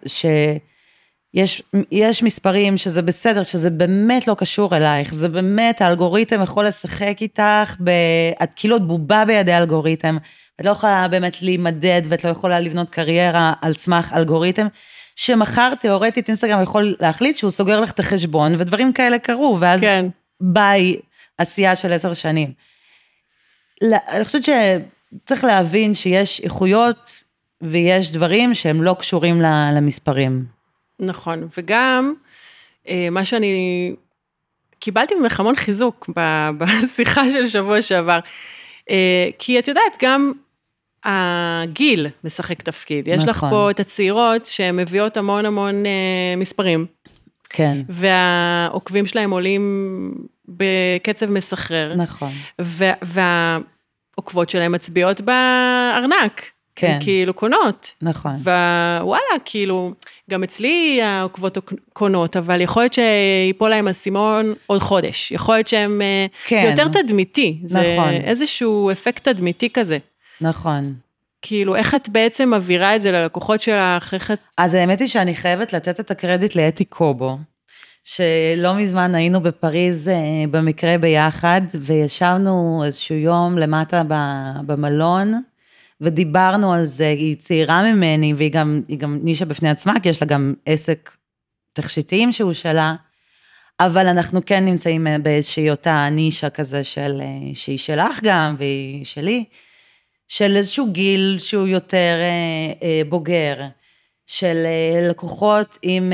שיש מספרים שזה בסדר, שזה באמת לא קשור אלייך, זה באמת, האלגוריתם יכול לשחק איתך, את כאילו את בובה בידי האלגוריתם, את לא יכולה באמת להימדד, ואת לא יכולה לבנות קריירה על סמך אלגוריתם, שמחר תיאורטית אינסטגרם יכול להחליט שהוא סוגר לך את החשבון, ודברים כאלה קרו, ואז כן. ביי עשייה של 10 שנים. אני חושבת שצריך להבין שיש איכויות, ויש דברים שהם לא קשורים למספרים. נכון, וגם מה שאני קיבלתי ממך המון חיזוק בשיחה של שבוע שעבר, כי את יודעת, גם הגיל משחק תפקיד, יש לך פה את הצעירות שמביאות המון המון מספרים, כן. והעוקבים שלהם עולים בקצב מסחרר, נכון. והעוקבות שלהם מצביעות בארנק, כן. כאילו קונות. נכון. ווואלה, כאילו, גם אצלי העוקבות קונות, אבל יכול להיות שיפול להם הסימון עוד חודש, יכול להיות שהם, כן. זה יותר תדמיתי, נכון. זה איזשהו אפקט תדמיתי כזה. נכון. כאילו, איך את בעצם מעבירה את זה ללקוחות שלך, איך את... אז האמת היא שאני חייבת לתת את הקרדיט לאתי קובו, שלא מזמן היינו בפריז במקרה ביחד, וישבנו איזשהו יום למטה במלון, ודיברנו על זה, היא צעירה ממני, והיא גם נישה בפני עצמה, כי יש לה גם עסק תכשיטים שהוא שלה, אבל אנחנו כן נמצאים באיזושהי אותה נישה כזה, שהיא שלך גם, והיא שלי, של איזשהו גיל שהוא יותר בוגר, של לקוחות עם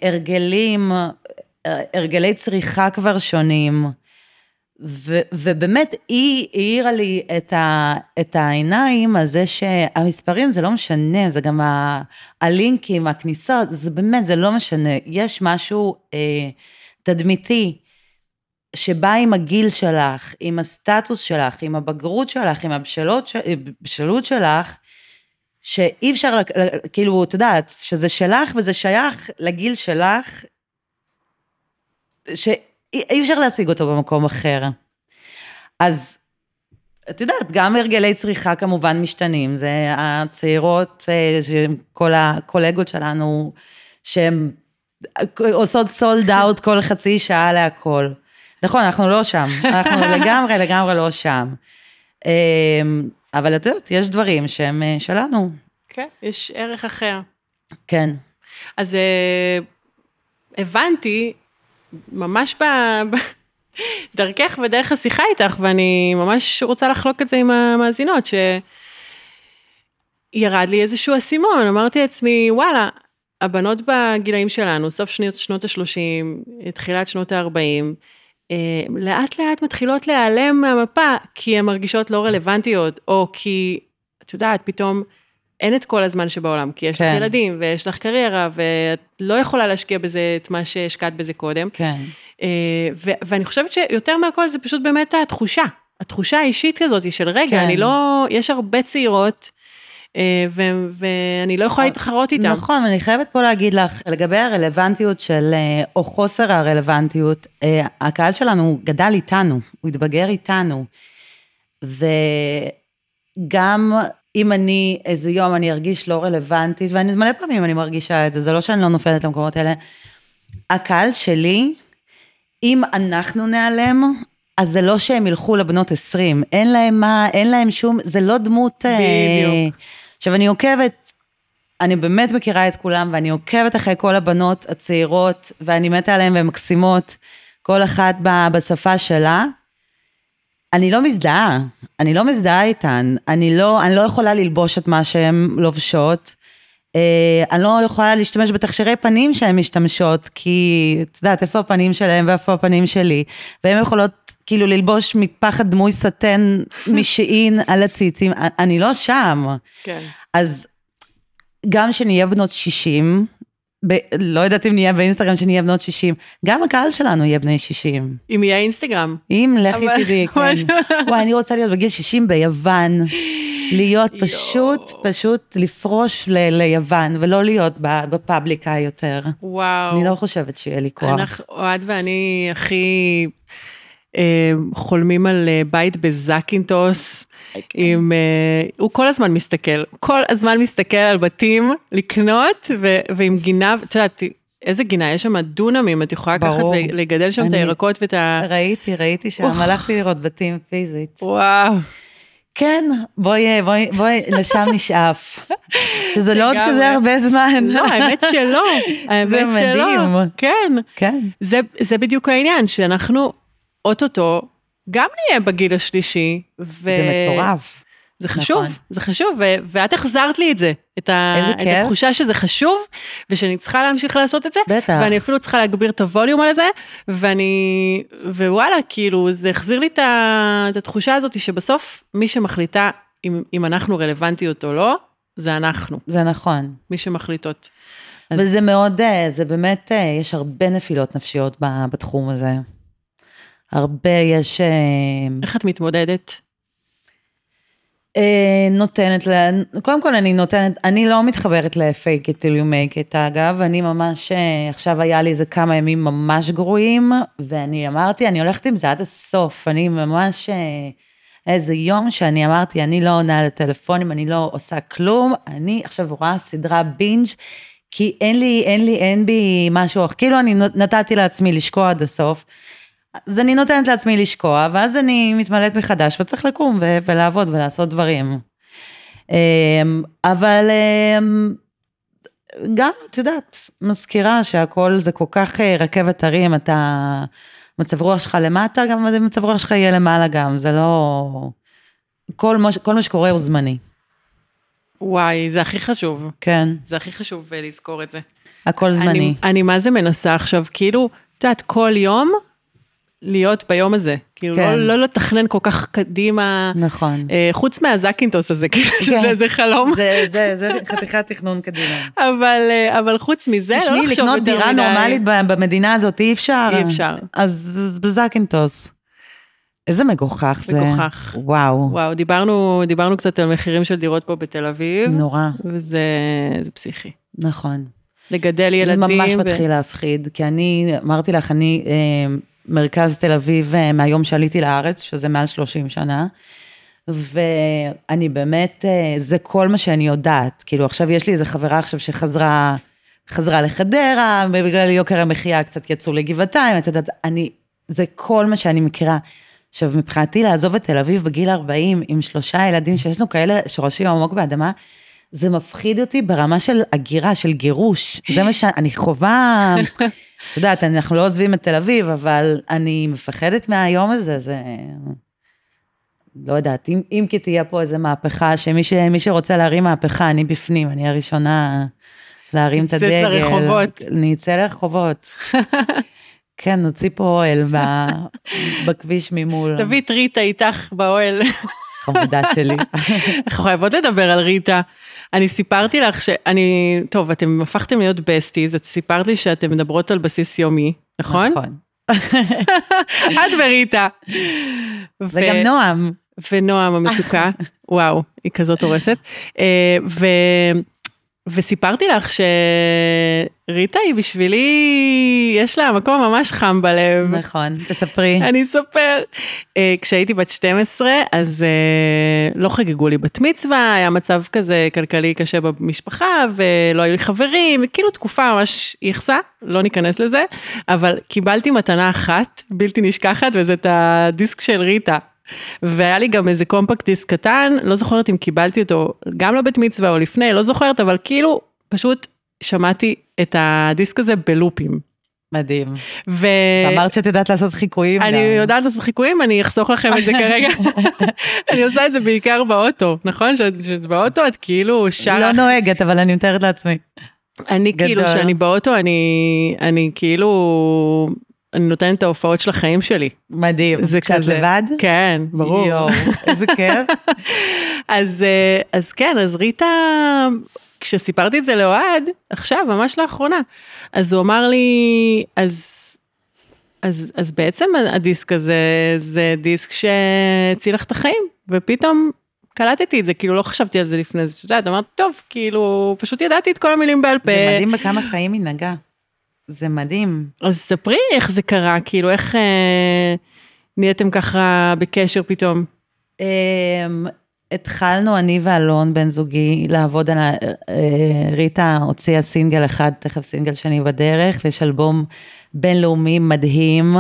הרגלי צריכה כבר שונים, ובאמת היא העירה לי את העיניים על זה שהמספרים זה לא משנה, זה גם הלינקים, הכניסות, זה באמת, זה לא משנה, יש משהו תדמיתי, שבא עם הגיל שלך, עם הסטטוס שלך, עם הבגרות שלך, עם הבשלות שלך, שאי אפשר, כאילו, את יודעת, שזה שלך וזה שייך לגיל שלך, שאי אפשר להשיג אותו במקום אחר. אז, את יודעת, גם הרגלי צריכה כמובן משתנים, זה הצעירות, כל הקולגות שלנו, שהן עושות סולד אאוט כל חצי שעה להכל. נכון, אנחנו לא שם, אנחנו לגמרי לא שם. אבל את יודעת, יש דברים שהם שלנו. כן, יש ערך אחר. כן. אז הבנתי, ממש דרכך ודרך השיחה איתך, ואני ממש רוצה לחלוק את זה עם המאזינות, שירד לי איזשהו אסימון, אמרתי לעצמי, וואלה, הבנות בגילאים שלנו, סוף שנות ה-30, תחילת שנות ה-40, לאט לאט מתחילות להיעלם מהמפה, כי הן מרגישות לא רלוונטיות, או כי, את יודעת, פתאום אין את כל הזמן שבעולם, כי יש לך ילדים, ויש לך קריירה, ואת לא יכולה להשקיע בזה את מה שהשקעת בזה קודם. כן. ואני חושבת שיותר מהכל זה פשוט באמת התחושה האישית כזאת, של רגע, אני לא, יש הרבה צעירות, ואני לא יכולה להתחרות איתם. נכון, אני חייבת פה להגיד לך, לגבי הרלוונטיות של, או חוסר הרלוונטיות, הקהל שלנו גדל איתנו, הוא התבגר איתנו, וגם אם איזה יום אני ארגיש לא רלוונטית, ואני מלא פעמים אני מרגישה את זה, זה לא שאני לא נופלת למקומות האלה, הקהל שלי, אם אנחנו נעלם, אז זה לא שהם ילכו לבנות 20, אין להם מה, אין להם שום, זה לא דמות... בדיוק. עכשיו, אני עוקבת, אני באמת מכירה את כולם, ואני עוקבת אחרי כל הבנות הצעירות, ואני מתה עליהן והן מקסימות, כל אחת בשפה שלה. אני לא מזדהה איתן, אני לא יכולה ללבוש את מה שהן לובשות, אני לא יכולה להשתמש בתכשירי פנים שהן משתמשות, כי את יודעת, איפה הפנים שלהם ואיפה הפנים שלי, והן יכולות כאילו ללבוש מפחד דמוי סטן משעין על הציצים, אני לא שם. כן. אז גם שנהיה בנות 60, לא יודעת אם נהיה באינסטגרם שנהיה בנות 60, גם הקהל שלנו יהיה בני 60. אם יהיה אינסטגרם. אם, לכי תדעי, כן. וואי, אני רוצה להיות בגיל 60 ביוון, להיות פשוט לפרוש ליוון, ולא להיות בפאבליקה יותר. וואו. אני לא חושבת שיהיה לי כוח. אוהד ואני הכי חולמים על בית בזקינטוס, הוא כל הזמן מסתכל על בתים לקנות, ועם גינה, את יודעת, איזה גינה, יש שם דונמים, את יכולה לקחת ולגדל שם את הירקות ואת ה... ראיתי שם, הלכתי לראות בתים פיזית. וואו. כן, בואי, לשם נשאף. שזה לא עוד כזה הרבה זמן. לא, האמת שלא. זה מדהים. כן. זה בדיוק העניין, שאנחנו אוטוטו גם נהיה בגיל השלישי. זה מטורף. זה חשוב, ואת החזרת לי את זה, את התחושה שזה חשוב, ושאני צריכה להמשיך לעשות את זה, בטח. ואני אפילו צריכה להגביר את הווליום על זה, ווואלה, כאילו, זה החזיר לי את התחושה הזאת, שבסוף מי שמחליטה אם אנחנו רלוונטיות או לא, זה אנחנו. זה נכון. מי שמחליטות. וזה מאוד, זה באמת, יש הרבה נפילות נפשיות בתחום הזה. הרבה יש... איך את מתמודדת? נותנת, קודם כל אני לא מתחברת ל-fake it till you make it, אגב, אני ממש, עכשיו היה לי איזה כמה ימים ממש גרועים, ואני אמרתי, אני הולכת עם זה עד הסוף, אני ממש, איזה יום שאני אמרתי, אני לא עונה לטלפונים, אני לא עושה כלום, אני עכשיו רואה סדרה בינג', כי אין בי משהו, כאילו אני נתתי לעצמי לשקוע עד הסוף, אז אני נותנת לעצמי לשקוע, ואז אני מתמלאת מחדש, וצריך לקום ולעבוד ולעשות דברים. אבל גם, את יודעת, מזכירה שהכל זה כל כך רכבת הרים, אתה, מצב רוח שלך למטה, גם מצב רוח שלך יהיה למעלה גם, זה לא, כל מה שקורה הוא זמני. וואי, זה הכי חשוב. כן. זה הכי חשוב לזכור את זה. הכל זמני. אני מה זה מנסה עכשיו, כאילו, את יודעת, כל יום, להיות ביום הזה, כאילו כן. לא לתכנן כל כך קדימה, נכון. חוץ מהזקינטוס הזה, כאילו שזה חלום. זה חתיכת תכנון קדימה. אבל חוץ מזה, לא לחשוב יותר מדי. תשמעי, לקנות דירה נורמלית במדינה הזאת, אי אפשר. אי אפשר. אז בזקינטוס. איזה מגוחך זה. מגוחך. וואו. דיברנו קצת על מחירים של דירות פה בתל אביב. נורא. וזה פסיכי. נכון. לגדל ילדים. זה ממש מתחיל להפחיד, כי אני, אמרתי לך, אני מרכז תל אביב מהיום שעליתי לארץ, שזה מעל 30 שנה, ואני באמת, זה כל מה שאני יודעת, כאילו עכשיו יש לי איזו חברה עכשיו שחזרה לחדרה, בגלל יוקר המחיה קצת יצאו לגבעתיים, את יודעת, זה כל מה שאני מכירה. עכשיו מבחינתי לעזוב את תל אביב בגיל 40, עם 3 ילדים שיש לנו כאלה שורשים עמוק באדמה, זה מפחיד אותי ברמה של הגירה, של גירוש, זה מה שאני חובה, את יודעת, אנחנו לא עוזבים את תל אביב, אבל אני מפחדת מהיום הזה, זה, לא יודעת, אם כי תהיה פה איזו מהפכה, שמי שרוצה להרים מהפכה, אני בפנים, אני הראשונה להרים את הדגל. נצאת לרחובות. נצא לרחובות. כן, נוציא פה אוהל בכביש ממול. תביא את ריטה איתך באוהל. חמודה שלי. אנחנו חייבות לדבר על ריטה. אני סיפרתי לך טוב, אתם הפכתם להיות בסטיז, את סיפרת לי שאתם מדברות על בסיס יומי, נכון? נכון. את וריטה. וגם ונועם המתוקה, וואו, היא כזאת הורסת. וסיפרתי לך שריטה היא בשבילי, יש לה מקום ממש חם בלב. נכון, תספרי. אני אספר. כשהייתי בת 12, אז לא חגגו לי בת מצווה, היה מצב כזה כלכלי קשה במשפחה, ולא היו לי חברים, כאילו תקופה ממש יחסה, לא ניכנס לזה, אבל קיבלתי מתנה אחת, בלתי נשכחת, וזה את הדיסק של ריטה. והיה לי גם איזה קומפקט דיסק קטן, לא זוכרת אם קיבלתי אותו גם לבית מצווה או לפני, לא זוכרת, אבל כאילו פשוט שמעתי את הדיסק הזה בלופים. מדהים. ואמרת שאת יודעת לעשות חיקויים. אני יודעת לעשות חיקויים, אני אחסוך לכם את זה כרגע. אני עושה את זה בעיקר באוטו, נכון? שאת באוטו את כאילו שרה. לא נוהגת, אבל אני מתארת לעצמי. אני כאילו, שאני באוטו, אני כאילו... אני נותנת את ההופעות של החיים שלי. מדהים. כשאת לבד? כן, ברור. יואו, איזה כיף. אז כן, אז ריטה, כשסיפרתי את זה לאוהד, עכשיו, ממש לאחרונה, אז הוא אמר לי, אז בעצם הדיסק הזה, זה דיסק שהציל לך את החיים, ופתאום קלטתי את זה, כאילו לא חשבתי על זה לפני זה, שאת אמרת, טוב, כאילו, פשוט ידעתי את כל המילים בעל פה. זה מדהים בכמה חיים היא נגעה. זה מדהים. אז ספרי איך זה קרה, כאילו איך נהייתם ככה בקשר פתאום? התחלנו אני ואלון בן זוגי לעבוד על ריטה הוציאה סינגל אחד, תכף סינגל שני בדרך, ויש אלבום בינלאומי מדהים,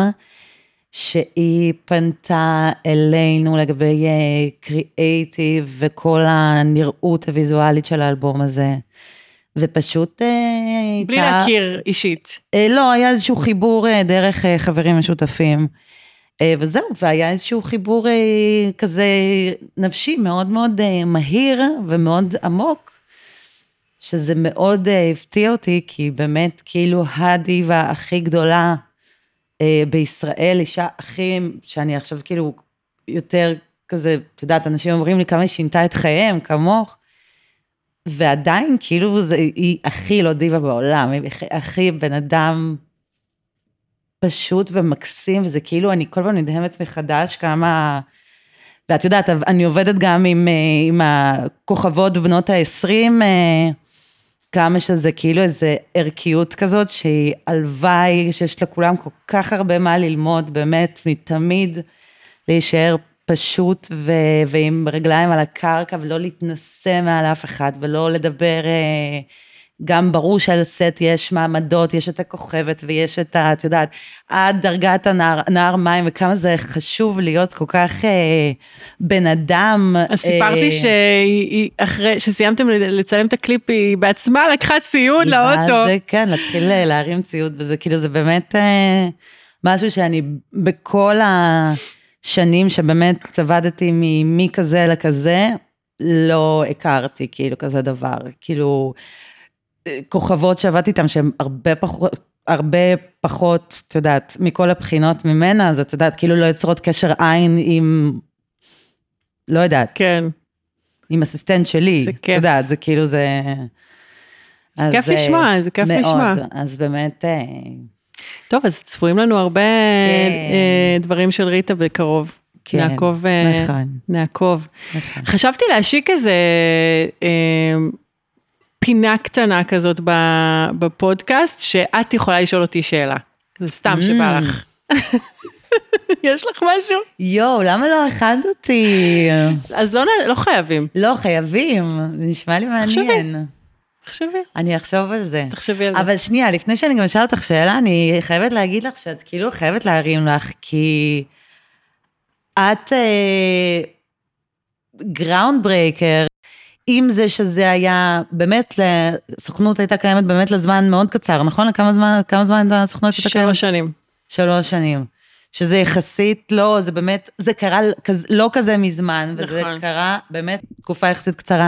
שהיא פנתה אלינו לגבי קריאייטיב וכל הנראות הוויזואלית של האלבום הזה. ופשוט בלי להכיר אישית. לא, היה איזשהו חיבור דרך חברים משותפים, וזהו, והיה איזשהו חיבור כזה נפשי, מאוד מאוד מהיר ומאוד עמוק, שזה מאוד הפתיע אותי, כי באמת כאילו הדיבה הכי גדולה בישראל, אישה הכי, שאני עכשיו כאילו יותר כזה, את יודעת, אנשים אומרים לי כמה היא שינתה את חייהם, כמוך, ועדיין כאילו היא הכי לא דיבה בעולם, היא הכי בן אדם פשוט ומקסים, וזה כאילו אני כל פעם נדהמת מחדש כמה, ואת יודעת, אני עובדת גם עם הכוכבות בבנות ה-20, כמה שזה כאילו איזה ערכיות כזאת, שהיא הלוואי, שיש לכולם כל כך הרבה מה ללמוד, באמת מתמיד להישאר פשוט ועם רגליים על הקרקע, ולא להתנסה מעל אף אחד, ולא לדבר, גם ברור שעל סט יש מעמדות, יש את הכוכבת, ויש את את יודעת, עד דרגת הנער מים, וכמה זה חשוב להיות כל כך בן אדם. אז סיפרתי שאחרי שסיימתם לצלם את הקליפ, היא בעצמה לקחה ציוד לאוטו. זה כן, להתחיל להרים ציוד, וזה כאילו, זה באמת משהו שאני בכל שנים שבאמת צוודתי ממי כזה לכזה, לא הכרתי כאילו כזה דבר, כאילו כוכבות שעבדתי איתם שהן הרבה פחות, את יודעת, מכל הבחינות ממנה, אז את יודעת, כאילו לא יוצרות קשר עין עם, לא יודעת, כן. עם אסיסטנט שלי, את יודעת, זה כאילו זה... זה כיף לשמוע, זה כיף לשמוע. אז באמת... טוב, אז צפויים לנו הרבה דברים של ריטה בקרוב. נעקוב. חשבתי להשיק איזה פינה קטנה כזאת בפודקאסט, שאת יכולה לשאול אותי שאלה. זה סתם שבא לך. יש לך משהו? יואו, למה לא הכנת אותי? אז לא חייבים. לא חייבים, זה נשמע לי מעניין. תחשבי. אני אחשוב על זה. תחשבי על זה. אבל שנייה, לפני שאני גם אשאל אותך שאלה, אני חייבת להגיד לך שאת כאילו חייבת להרים לך, כי את גראונד ברייקר, עם זה שזה היה באמת, הסוכנות הייתה קיימת באמת לזמן מאוד קצר, נכון? כמה זמן הסוכנות הייתה קיימת? 3 שנים. 3 שנים. שזה יחסית לא, זה באמת, זה קרה לא כזה מזמן, וזה קרה באמת תקופה יחסית קצרה.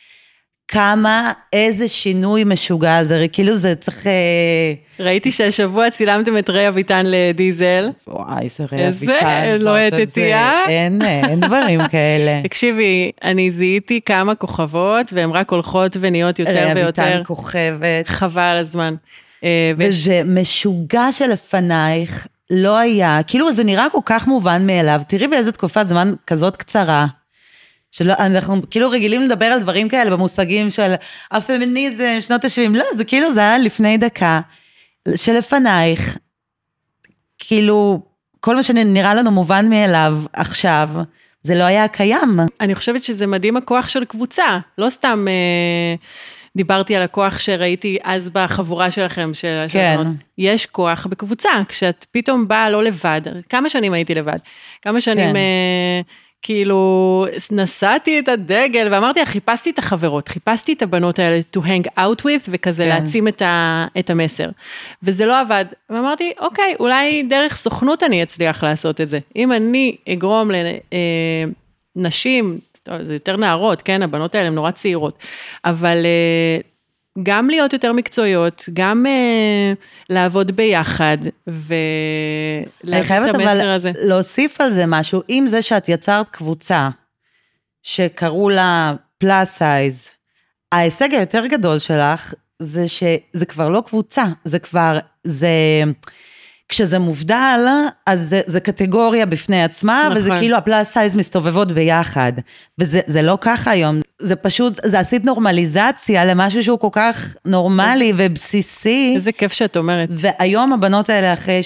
איזה שינוי משוגע זה, כאילו זה צריך... ראיתי שהשבוע צילמתם את ריי אביטן לדיזל. וואי, זה ריי אביטן. איזה, לא הייתי, אין דברים כאלה. תקשיבי, אני זיהיתי כמה כוכבות, והן רק הולכות ונהיות יותר ויותר. ריי אביטן כוכבת. חבל על הזמן. וזה משוגע שלפנייך לא היה, כאילו זה נראה כל כך מובן מאליו, תראי באיזה תקופת זמן כזאת קצרה, אנחנו כאילו רגילים לדבר על דברים כאלה, במושגים של הפמיניזם, שנות ה-70, לא, זה כאילו, זה היה לפני דקה, שלפנייך, כאילו, כל מה שנראה לנו מובן מאליו עכשיו, זה לא היה קיים. אני חושבת שזה מדהים הכוח של קבוצה, לא סתם דיברתי על הכוח שראיתי אז בחבורה שלכם, כן. יש כוח בקבוצה, כשאת פתאום באה לא לבד, כמה שנים הייתי לבד, כמה שנים כאילו נשאתי את הדגל, ואמרתי, חיפשתי את החברות, חיפשתי את הבנות האלה to hang out with, וכזה להעצים את המסר. וזה לא עבד. ואמרתי, אוקיי, אולי דרך סוכנות אני אצליח לעשות את זה. אם אני אגרום לנשים, זה יותר נערות, כן, הבנות האלה הן נורא צעירות, אבל גם להיות יותר מקצועיות, גם לעבוד ביחד, ולהביא את המסר הזה. להוסיף על זה משהו, אם זה שאת יצרת קבוצה, שקראו לה פלאס סייז, ההישג היותר גדול שלך, זה שזה כבר לא קבוצה, זה כבר, כשזה מובדל, אז זה קטגוריה בפני עצמה, נכון. וזה כאילו הפלאס סייז מסתובבות ביחד, וזה לא ככה היום, זה פשוט, זה עשית נורמליזציה למשהו שהוא כל כך נורמלי ובסיסי. איזה כיף שאת אומרת. והיום הבנות האלה, אחרי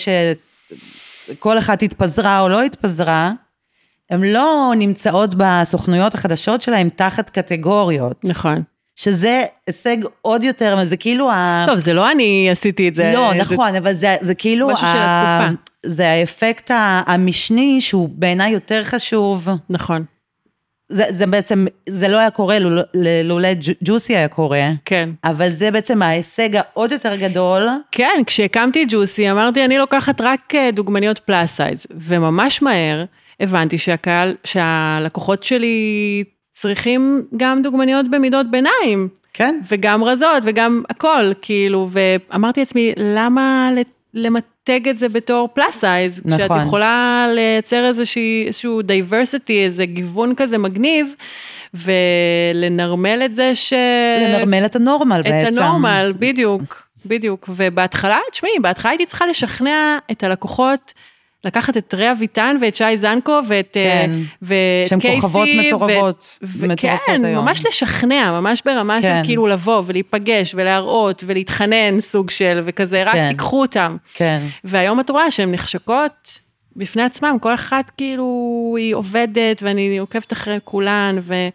שכל אחת התפזרה או לא התפזרה, הן לא נמצאות בסוכנויות החדשות שלהן תחת קטגוריות. נכון. שזה הישג עוד יותר, זה כאילו טוב, זה לא אני עשיתי את זה. לא, נכון, אבל זה כאילו משהו של התקופה. זה האפקט המשני, שהוא בעיניי יותר חשוב. נכון. זה בעצם, זה לא היה קורה, לולא ג'וסי היה קורה. כן. אבל זה בעצם ההישג העוד יותר גדול. כן, כשהקמתי ג'וסי, אמרתי, אני לוקחת רק דוגמניות פלאס סייז, וממש מהר הבנתי שהלקוחות שלי צריכים גם דוגמניות במידות ביניים. כן. וגם רזות, וגם הכל, כאילו, ואמרתי לעצמי, למה למתג את זה בתור פלאס סייז, נכון. כשאת יכולה לייצר איזשהו diversity, איזה גיוון כזה מגניב, ולנרמל את זה לנרמל את הנורמל בעצם. את הנורמל, בדיוק. ובהתחלה, תשמעי, בהתחלה הייתי צריכה לשכנע את הלקוחות, לקחת את ריאה ויטן ואת שי זנקו ואת קייסי. שהן כוכבות מטורפות כן, היום. ממש לשכנע, ממש ברמה של כאילו לבוא ולהיפגש ולהראות ולהתחנן סוג של, וכזה, רק תיקחו אותם. כן. והיום את רואה שהן נחשקות בפני עצמם, כל אחת כאילו היא עובדת, ואני עוקבת אחרי כולן,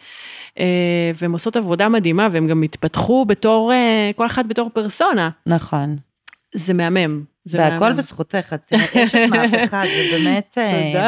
והן עושות עבודה מדהימה, והן גם התפתחו בתור, כל אחת בתור פרסונה. נכון. זה מהמם. והכל בזכותך, את אשת מהפכה, זה באמת,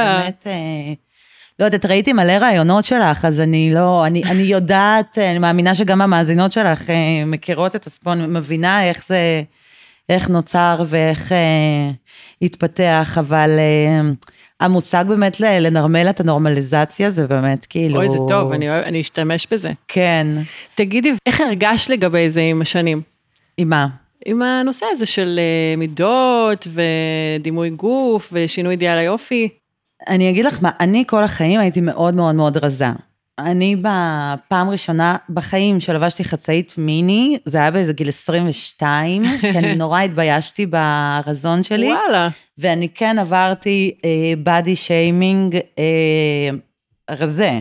לא יודעת, ראיתי מלא רעיונות שלך, אז אני יודעת, אני מאמינה שגם המאזינות שלך מכירות את הספון, מבינה איך נוצר ואיך התפתח, אבל המושג באמת לנרמל את הנורמליזציה, זה באמת כאילו... אוי, זה טוב, אני אשתמש בזה. כן. תגידי, איך הרגשת לגבי זה עם השנים? עם מה? עם הנושא הזה של מידות ודימוי גוף ושינוי אידיאל היופי. אני אגיד לך מה, אני כל החיים הייתי מאוד מאוד מאוד רזה. אני בפעם ראשונה בחיים שלבשתי חצאית מיני, זה היה באיזה גיל 22, כי אני נורא התביישתי ברזון שלי. וואלה. ואני כן עברתי בדי שיימינג רזה,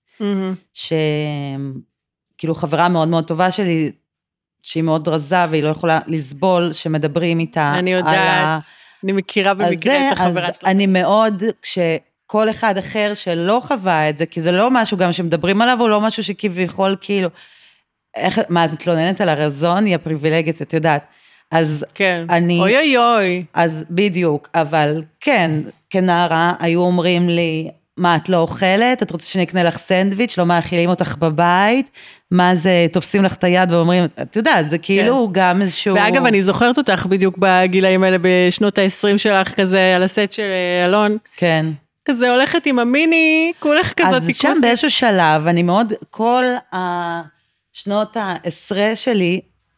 שכאילו חברה מאוד מאוד טובה שלי, שהיא מאוד רזה, והיא לא יכולה לסבול, שמדברים איתה. אני יודעת, אני מכירה במקרה את החברה שלך. אז אני מאוד, כשכל אחד אחר שלא חווה את זה, כי זה לא משהו גם שמדברים עליו, הוא לא משהו שכביכול כאילו, מה, את מתלוננת על הרזון, היא הפריבילגית, את יודעת. אז כן, אני... אוי אוי אוי. אז בדיוק, אבל כן, כנערה היו אומרים לי, מה, את לא אוכלת? את רוצה שנקנה לך סנדוויץ', לא מאכילים אותך בבית? מה זה, תופסים לך את היד ואומרים, את יודעת, זה כאילו גם איזשהו... ואגב, אני זוכרת אותך בדיוק בגילאים האלה, בשנות ה-20 שלך, כזה על הסט של אלון. כן. כזה הולכת עם המיני, כולך כזאת תיקוסית. אז שם באיזשהו שלב, אני מאוד, כל השנות ה-10 שלי,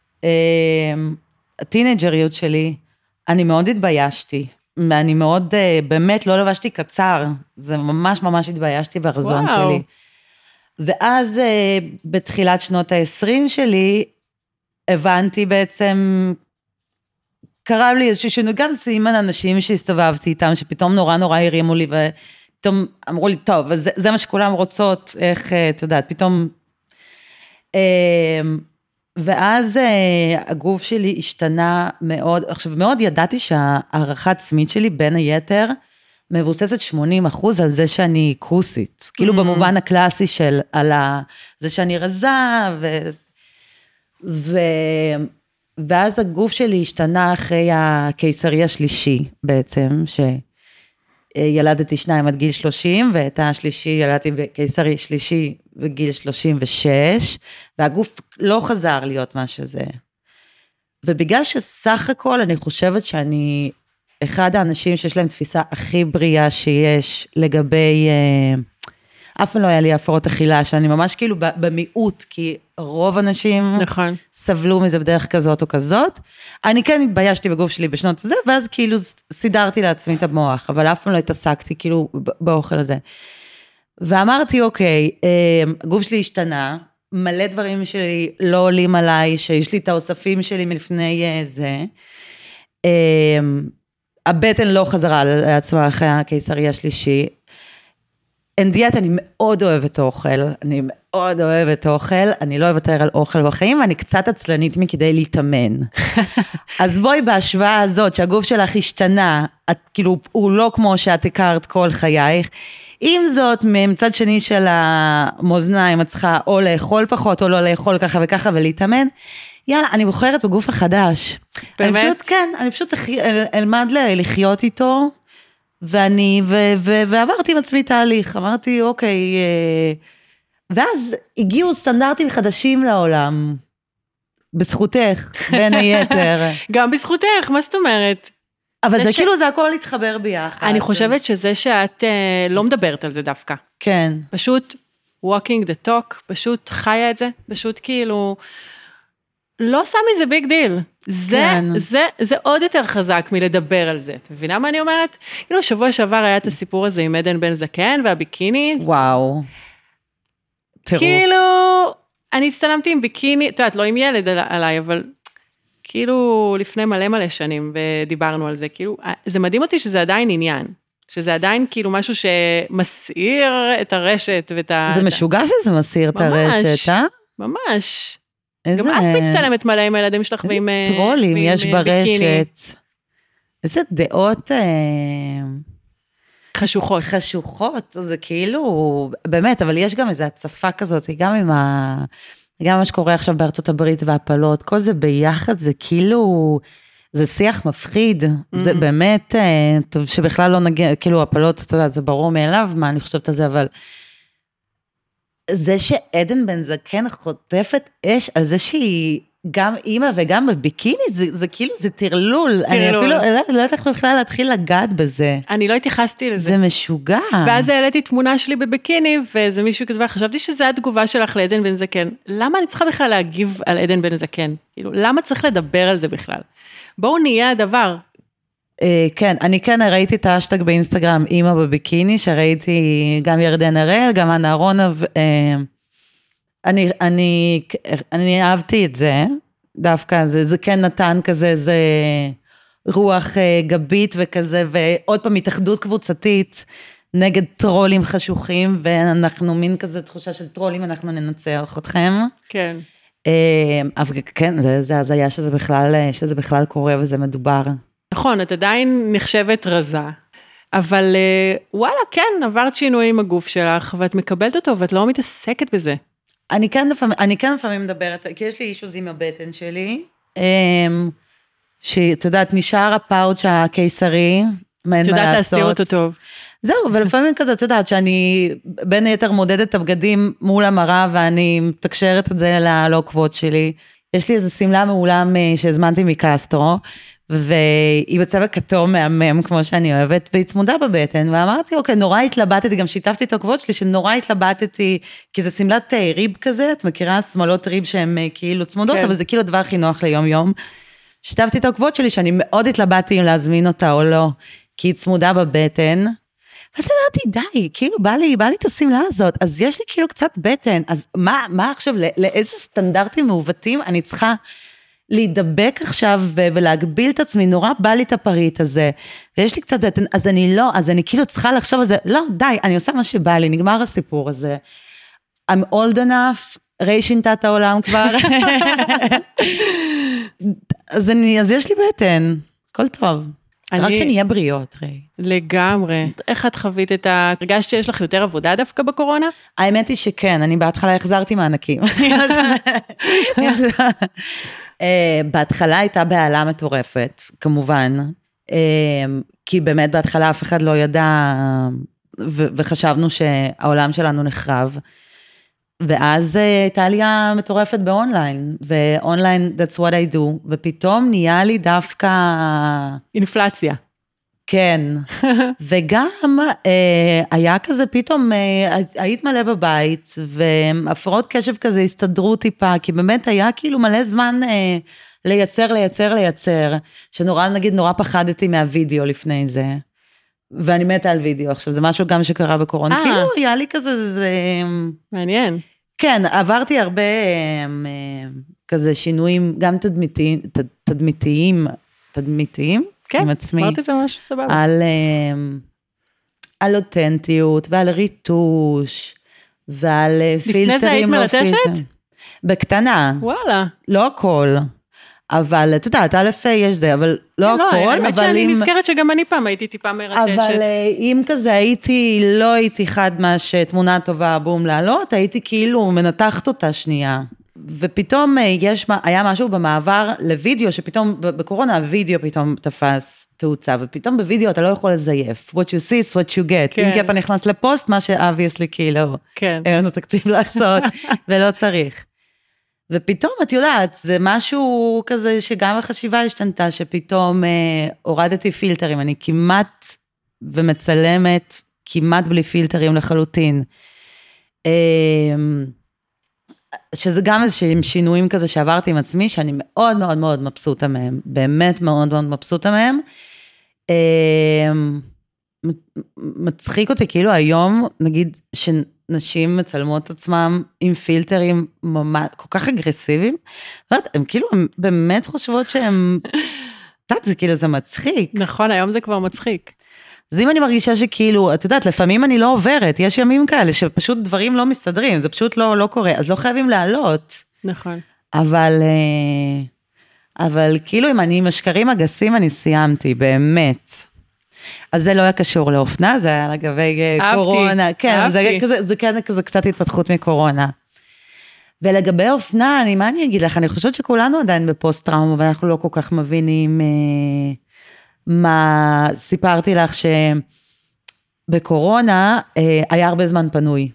הטינג'ריות שלי, אני מאוד התביישתי. ואני מאוד, באמת לא לבשתי קצר, זה ממש ממש התביישתי ברזון שלי. ואז בתחילת שנות ה-20 שלי, הבנתי בעצם, קרה לי איזשהו שינוי, גם סימן אנשים שהסתובבתי איתם, שפתאום נורא נורא הרימו לי, פתאום אמרו לי, טוב, אז זה מה שכולם רוצות, איך, את יודעת, פתאום, ואז הגוף שלי השתנה מאוד, עכשיו מאוד ידעתי שהערכת עצמית שלי בין היתר, מבוססת 80% על זה שאני כוסית, כאילו במובן הקלאסי של, על זה שאני רזה, ואז הגוף שלי השתנה אחרי הקיסרי השלישי בעצם, שילדתי 2 עד גיל 30, ואת השלישי ילדתי בקיסרי שלישי בגיל 36, והגוף לא חזר להיות מה שזה. ובגלל שסך הכל אני חושבת שאני אחד האנשים שיש להם תפיסה הכי בריאה שיש לגבי, אף פעם לא היה לי הפרעות אכילה, שאני ממש כאילו במיעוט, כי רוב אנשים נכון. סבלו מזה בדרך כזאת או כזאת. אני כן התביישתי בגוף שלי בשנות הזה, ואז כאילו סידרתי לעצמי את המוח, אבל אף פעם לא התעסקתי כאילו באוכל הזה. ואמרתי, אוקיי, הגוף שלי השתנה, מלא דברים שלי לא עולים עליי, שיש לי את האוספים שלי מלפני זה, הבטן לא חזרה לעצמה אחרי הקיסרי השלישי, אין דיאט, אני מאוד אוהבת אוכל, אני לא אוותר על אוכל בחיים, ואני קצת עצלנית מכדי להתאמן. אז בואי בהשוואה הזאת, שהגוף שלך השתנה, כאילו, הוא לא כמו שאת הכרת כל חייך, עם זאת, מצד שני של המאזניים, את צריכה או לאכול פחות, או לא לאכול ככה וככה ולהתאמן, יאללה, אני בוחרת בגוף החדש. באמת? אני פשוט אלמד לחיות איתו, ועברתי עם עצמי תהליך, אמרתי, אוקיי, ואז הגיעו סטנדרטים חדשים לעולם, בזכותך, בין היתר. גם בזכותך, מה זאת אומרת? אבל זה כאילו, זה הכל להתחבר ביחד. אני חושבת שזה שאת לא מדברת על זה דווקא. כן. פשוט walking the talk, פשוט חיה את זה, פשוט כאילו, לא עושה מזה ביג דיל. זה עוד יותר חזק מלדבר על זה. את מבינה מה אני אומרת? כאילו, שבוע שעבר היה את הסיפור הזה עם עדן בן זקן והביקיני. וואו. כאילו, אני הצטלמתי עם ביקיני, את יודעת, לא עם ילד עליי, אבל כאילו לפני מלא שנים ודיברנו על זה, כאילו, זה מדהים אותי שזה עדיין עניין, שזה עדיין כאילו משהו שמסעיר את הרשת ואת זה משוגע שזה מסעיר את הרשת, ממש. גם את מצטלמת מלא עם הילדים שלך ועם ביקיני. איזה טרולים יש ברשת. איזה דעות חשוכות, זה כאילו, באמת, אבל יש גם איזו הצפה כזאת, גם מה שקורה עכשיו בארצות הברית והפלות, כל זה ביחד, זה כאילו, זה שיח מפחיד, זה באמת, טוב שבכלל לא נגיע, כאילו הפלות, אתה יודע, זה ברור מאליו, מה אני חושבת על זה, אבל זה שעדן בן זקן חוטפת אש, על זה שהיא גם אימא וגם בביקיני, זה כאילו, זה תרלול, אני אפילו לא יודעת איך בכלל להתחיל לגעת בזה. אני לא התייחסתי לזה. זה משוגע. ואז העליתי תמונה שלי בביקיני, ואיזה מישהו כתבה, חשבתי שזה התגובה שלך לעדן בן זקן. למה אני צריכה בכלל להגיב על עדן בן זקן? כאילו, למה צריך לדבר על זה בכלל? בואו נהיה הדבר. כן, אני כן ראיתי את האשטג באינסטגרם, אימא בביקיני, שראיתי גם ירדן הראל, גם אנה אהרונוב, אני אהבתי את זה, דווקא זה כן נתן כזה, זה רוח גבית וכזה, ועוד פעם התאחדות קבוצתית, נגד טרולים חשוכים, ואנחנו מין כזה תחושה של טרולים, אנחנו ננצח אתכם. כן. אבל כן, זה הזיה שזה בכלל קורה וזה מדובר. נכון, את עדיין נחשבת רזה, אבל וואלה, כן, עברת שינוי עם הגוף שלך, ואת מקבלת אותו, ואת לא מתעסקת בזה. אני כן לפעמים מדברת, כי יש לי אישוז עם הבטן שלי, שאת יודעת, נשאר הפאוץ' הקיסרי, מה אין מה לעשות. את יודעת להסתיר אותו טוב. זהו, ולפעמים כזה, את יודעת, שאני בין היתר מודדת את הבגדים מול המראה, ואני מתקשרת את זה לעוקבות שלי. יש לי איזו סמלה מעולה שהזמנתי מקסטרו, והיא בצבע כתום מהמם, כמו שאני אוהבת, והיא צמודה בבטן, ואמרתי, אוקיי, נורא התלבטתי, גם שיתפתי את העוקבות שלי, שנורא התלבטתי, כי זה סמלת ריב כזה, את מכירה סמלות ריב שהן כאילו צמודות, אבל זה כאילו הדבר הכי נוח ליום יום. שיתפתי את העוקבות שלי, שאני מאוד התלבטתי אם להזמין אותה או לא, כי היא צמודה בבטן, ואז אמרתי, די, כאילו בא לי את הסמלה הזאת, אז יש לי כאילו קצת בטן, אז מה עכשיו, לאיזה סטנדרטים מעוותים אני צריכה להידבק עכשיו ולהגביל את עצמי, נורא בא לי את הפריט הזה, ויש לי קצת בטן, אז אני כאילו צריכה לחשוב על זה, לא, די, אני עושה מה שבא לי, נגמר הסיפור הזה. I'm old enough, ריי שינתה את העולם כבר. אז יש לי בטן, הכל טוב. רק שנהיה בריאות, ריי. לגמרי. איך את חווית הרגשת שיש לך יותר עבודה דווקא בקורונה? האמת היא שכן, אני בהתחלה החזרתי מענקים. בהתחלה הייתה בעלה מטורפת, כמובן, כי באמת בהתחלה אף אחד לא ידע, וחשבנו שהעולם שלנו נחרב, ואז הייתה עלייה מטורפת באונליין, ואונליין, that's what I do, ופתאום נהיה לי דווקא... אינפלציה. כן, וגם היה כזה פתאום, היית מלא בבית, והפרעות קשב כזה הסתדרו טיפה, כי באמת היה כאילו מלא זמן לייצר, שנורא נגיד נורא פחדתי מהווידאו לפני זה, ואני מתה על וידאו עכשיו, זה משהו גם שקרה בקורונה, כאילו היה לי כזה, זה... מעניין. כן, עברתי הרבה כזה שינויים, גם תדמיתיים, כן, עם עצמי. אמרתי זה משהו סבבה. על אותנטיות, ועל ריטוש, ועל פילטרים. לפני זה היית מלטשת? בקטנה. וואלה. לא הכל. אבל, את יודעת, א' יש זה, אבל לא הכל. האמת שאני נזכרת שגם אני פעם הייתי טיפה מרטשת. אבל אם כזה לא הייתי חד תמונה טובה, בום לעלות, הייתי כאילו מנתחת אותה שנייה. ופתאום היה משהו במעבר לוידאו, שפתאום בקורונה הוידאו פתאום תפס תאוצה, ופתאום בוידאו אתה לא יכול לזייף. What you see is what you get. כן. אם כי אתה נכנס לפוסט, מה ש-obviously כאילו, כן. אין לנו תקציב לעשות, ולא צריך. ופתאום את יודעת, זה משהו כזה שגם החשיבה השתנתה, שפתאום הורדתי פילטרים, אני כמעט ומצלמת, כמעט בלי פילטרים לחלוטין. שזה גם איזשהם שינויים כזה שעברתי עם עצמי, שאני מאוד מאוד מאוד מבסוטה מהם, באמת מאוד מאוד מבסוטה מהם. מצחיק אותי, כאילו היום, נגיד, שנשים מצלמות עצמם עם פילטרים כל כך אגרסיביים, הם כאילו, הם באמת חושבות שהם, זה כאילו, זה מצחיק. נכון, היום זה כבר מצחיק. אז אם אני מרגישה שכאילו, את יודעת, לפעמים אני לא עוברת, יש ימים כאלה שפשוט דברים לא מסתדרים, זה פשוט לא קורה, אז לא חייבים לעלות. נכון. אבל כאילו אם אני עם השקרים הגסים, אני סיימתי, באמת. אז זה לא היה קשור לאופנה, זה היה לגבי קורונה. כן, זה כן כזה קצת התפתחות מקורונה. ולגבי אופנה, מה אני אגיד לך, אני חושבת שכולנו עדיין בפוסט טראומה, ואנחנו לא כל כך מבינים מה סיפרתי לך שבקורונה היה הרבה זמן פנוי,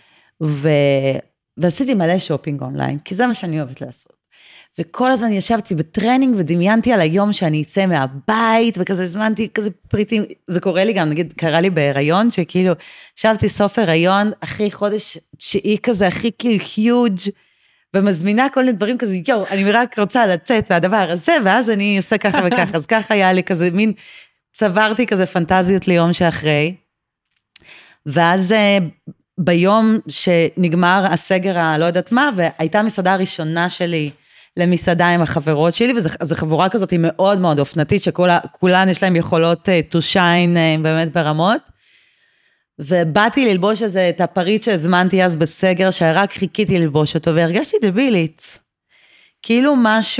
ועשיתי מלא שופינג אונליין, כי זה מה שאני אוהבת לעשות. וכל הזמן ישבתי בטרנינג ודמיינתי על היום שאני אצא מהבית, וכזה זמנתי כזה פריטים, זה קורה לי גם, נגיד, קרה לי בהיריון, שכאילו, ישבתי סוף הריון, אחרי חודש 9 כזה, הכי כאילו היוג' ומזמינה כל מיני דברים כזה, אני רק רוצה לצאת מהדבר הזה, ואז אני עושה ככה וככה, אז ככה היה לי כזה, מין, צברתי כזה פנטזיות ליום שאחרי, ואז ביום שנגמר הסגר הלא יודעת מה, והייתה המסעדה הראשונה שלי, למסעדה עם החברות שלי, וזו חבורה כזאת היא מאוד מאוד אופנתית, שכולן יש להם יכולות to shine באמת ברמות, ובאתי ללבוש את הפריט שהזמנתי אז בסגר, שרק חיכיתי ללבוש אותו, והרגשתי דבילית. כאילו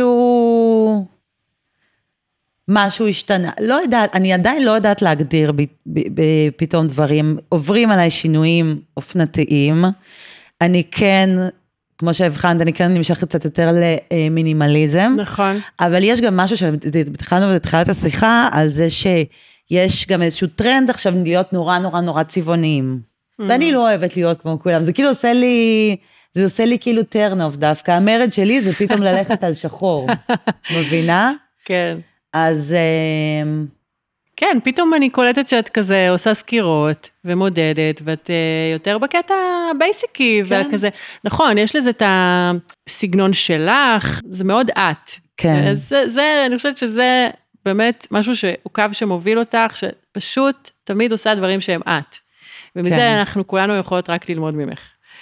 משהו השתנה. לא יודעת, אני עדיין לא יודעת להגדיר פתאום דברים, עוברים עליי שינויים אופנתיים, אני כן, כמו שהבחנת, אני כן נמשכת קצת יותר למינימליזם. נכון. אבל יש גם משהו שהתחלנו בתחילת השיחה, על זה שיש גם איזשהו טרנד עכשיו להיות נורא נורא נורא צבעוניים. ואני לא אוהבת להיות כמו כולם, זה כאילו עושה לי כאילו טרנוף דווקא, המרד שלי זה פתאום ללכת על שחור, מבינה? כן. אז... כן, פתאום אני קולטת שאת כזה עושה סקירות ומודדת, ואת יותר בקטע בייסיקי, כן. וכזה, נכון, יש לזה את הסגנון שלך, זה מאוד את. כן. אני חושבת שזה באמת משהו שהוא קו שמוביל אותך, שפשוט תמיד עושה דברים שהם את. ומזה כן. אנחנו כולנו יכולות רק ללמוד ממך.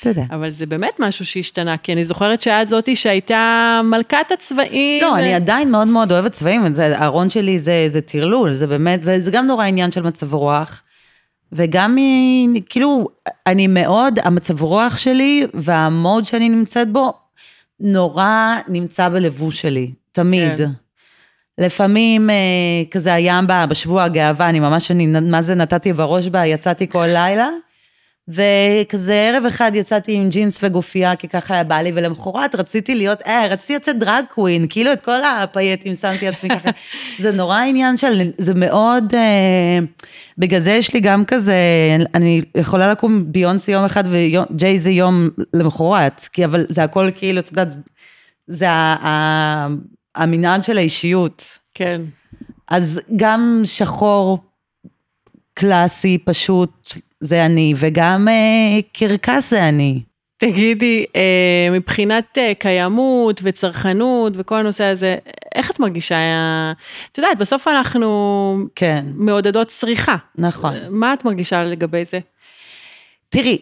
תודה. אבל זה באמת משהו שהשתנה, כי אני זוכרת שאת זאתי שהייתה מלכת הצבעים. לא, אני עדיין מאוד מאוד אוהבת צבעים, הארון שלי זה טרלול, זה באמת, זה גם נורא עניין של מצב רוח, וגם כאילו, אני מאוד, המצב רוח שלי, והמוד שאני נמצאת בו, נורא נמצא בלבוש שלי, תמיד. כן. לפעמים כזה הים בשבוע הגאווה, אני ממש, מה זה נתתי בראש בה, יצאתי כל לילה, וכזה ערב אחד יצאתי עם ג'ינס וגופייה, כי ככה היה בא לי, ולמחרת רציתי לצאת דרג קווין, כאילו את כל הפייטים שמתי עצמי ככה, זה נורא עניין זה מאוד, בגלל זה יש לי גם כזה, אני יכולה לקום ביונסי יום אחד, וג'ייזי יום למחרת, אבל זה הכל כאילו, את יודעת, זה המנעד של האישיות. כן. אז גם שחור, קלאסי, פשוט, זה אני, וגם קרקס זה אני. תגידי, מבחינת קיימות וצרכנות וכל הנושא הזה, איך את מרגישה? את יודעת, בסוף אנחנו כן. מעודדות צריכה. נכון. מה את מרגישה לגבי זה? תראי,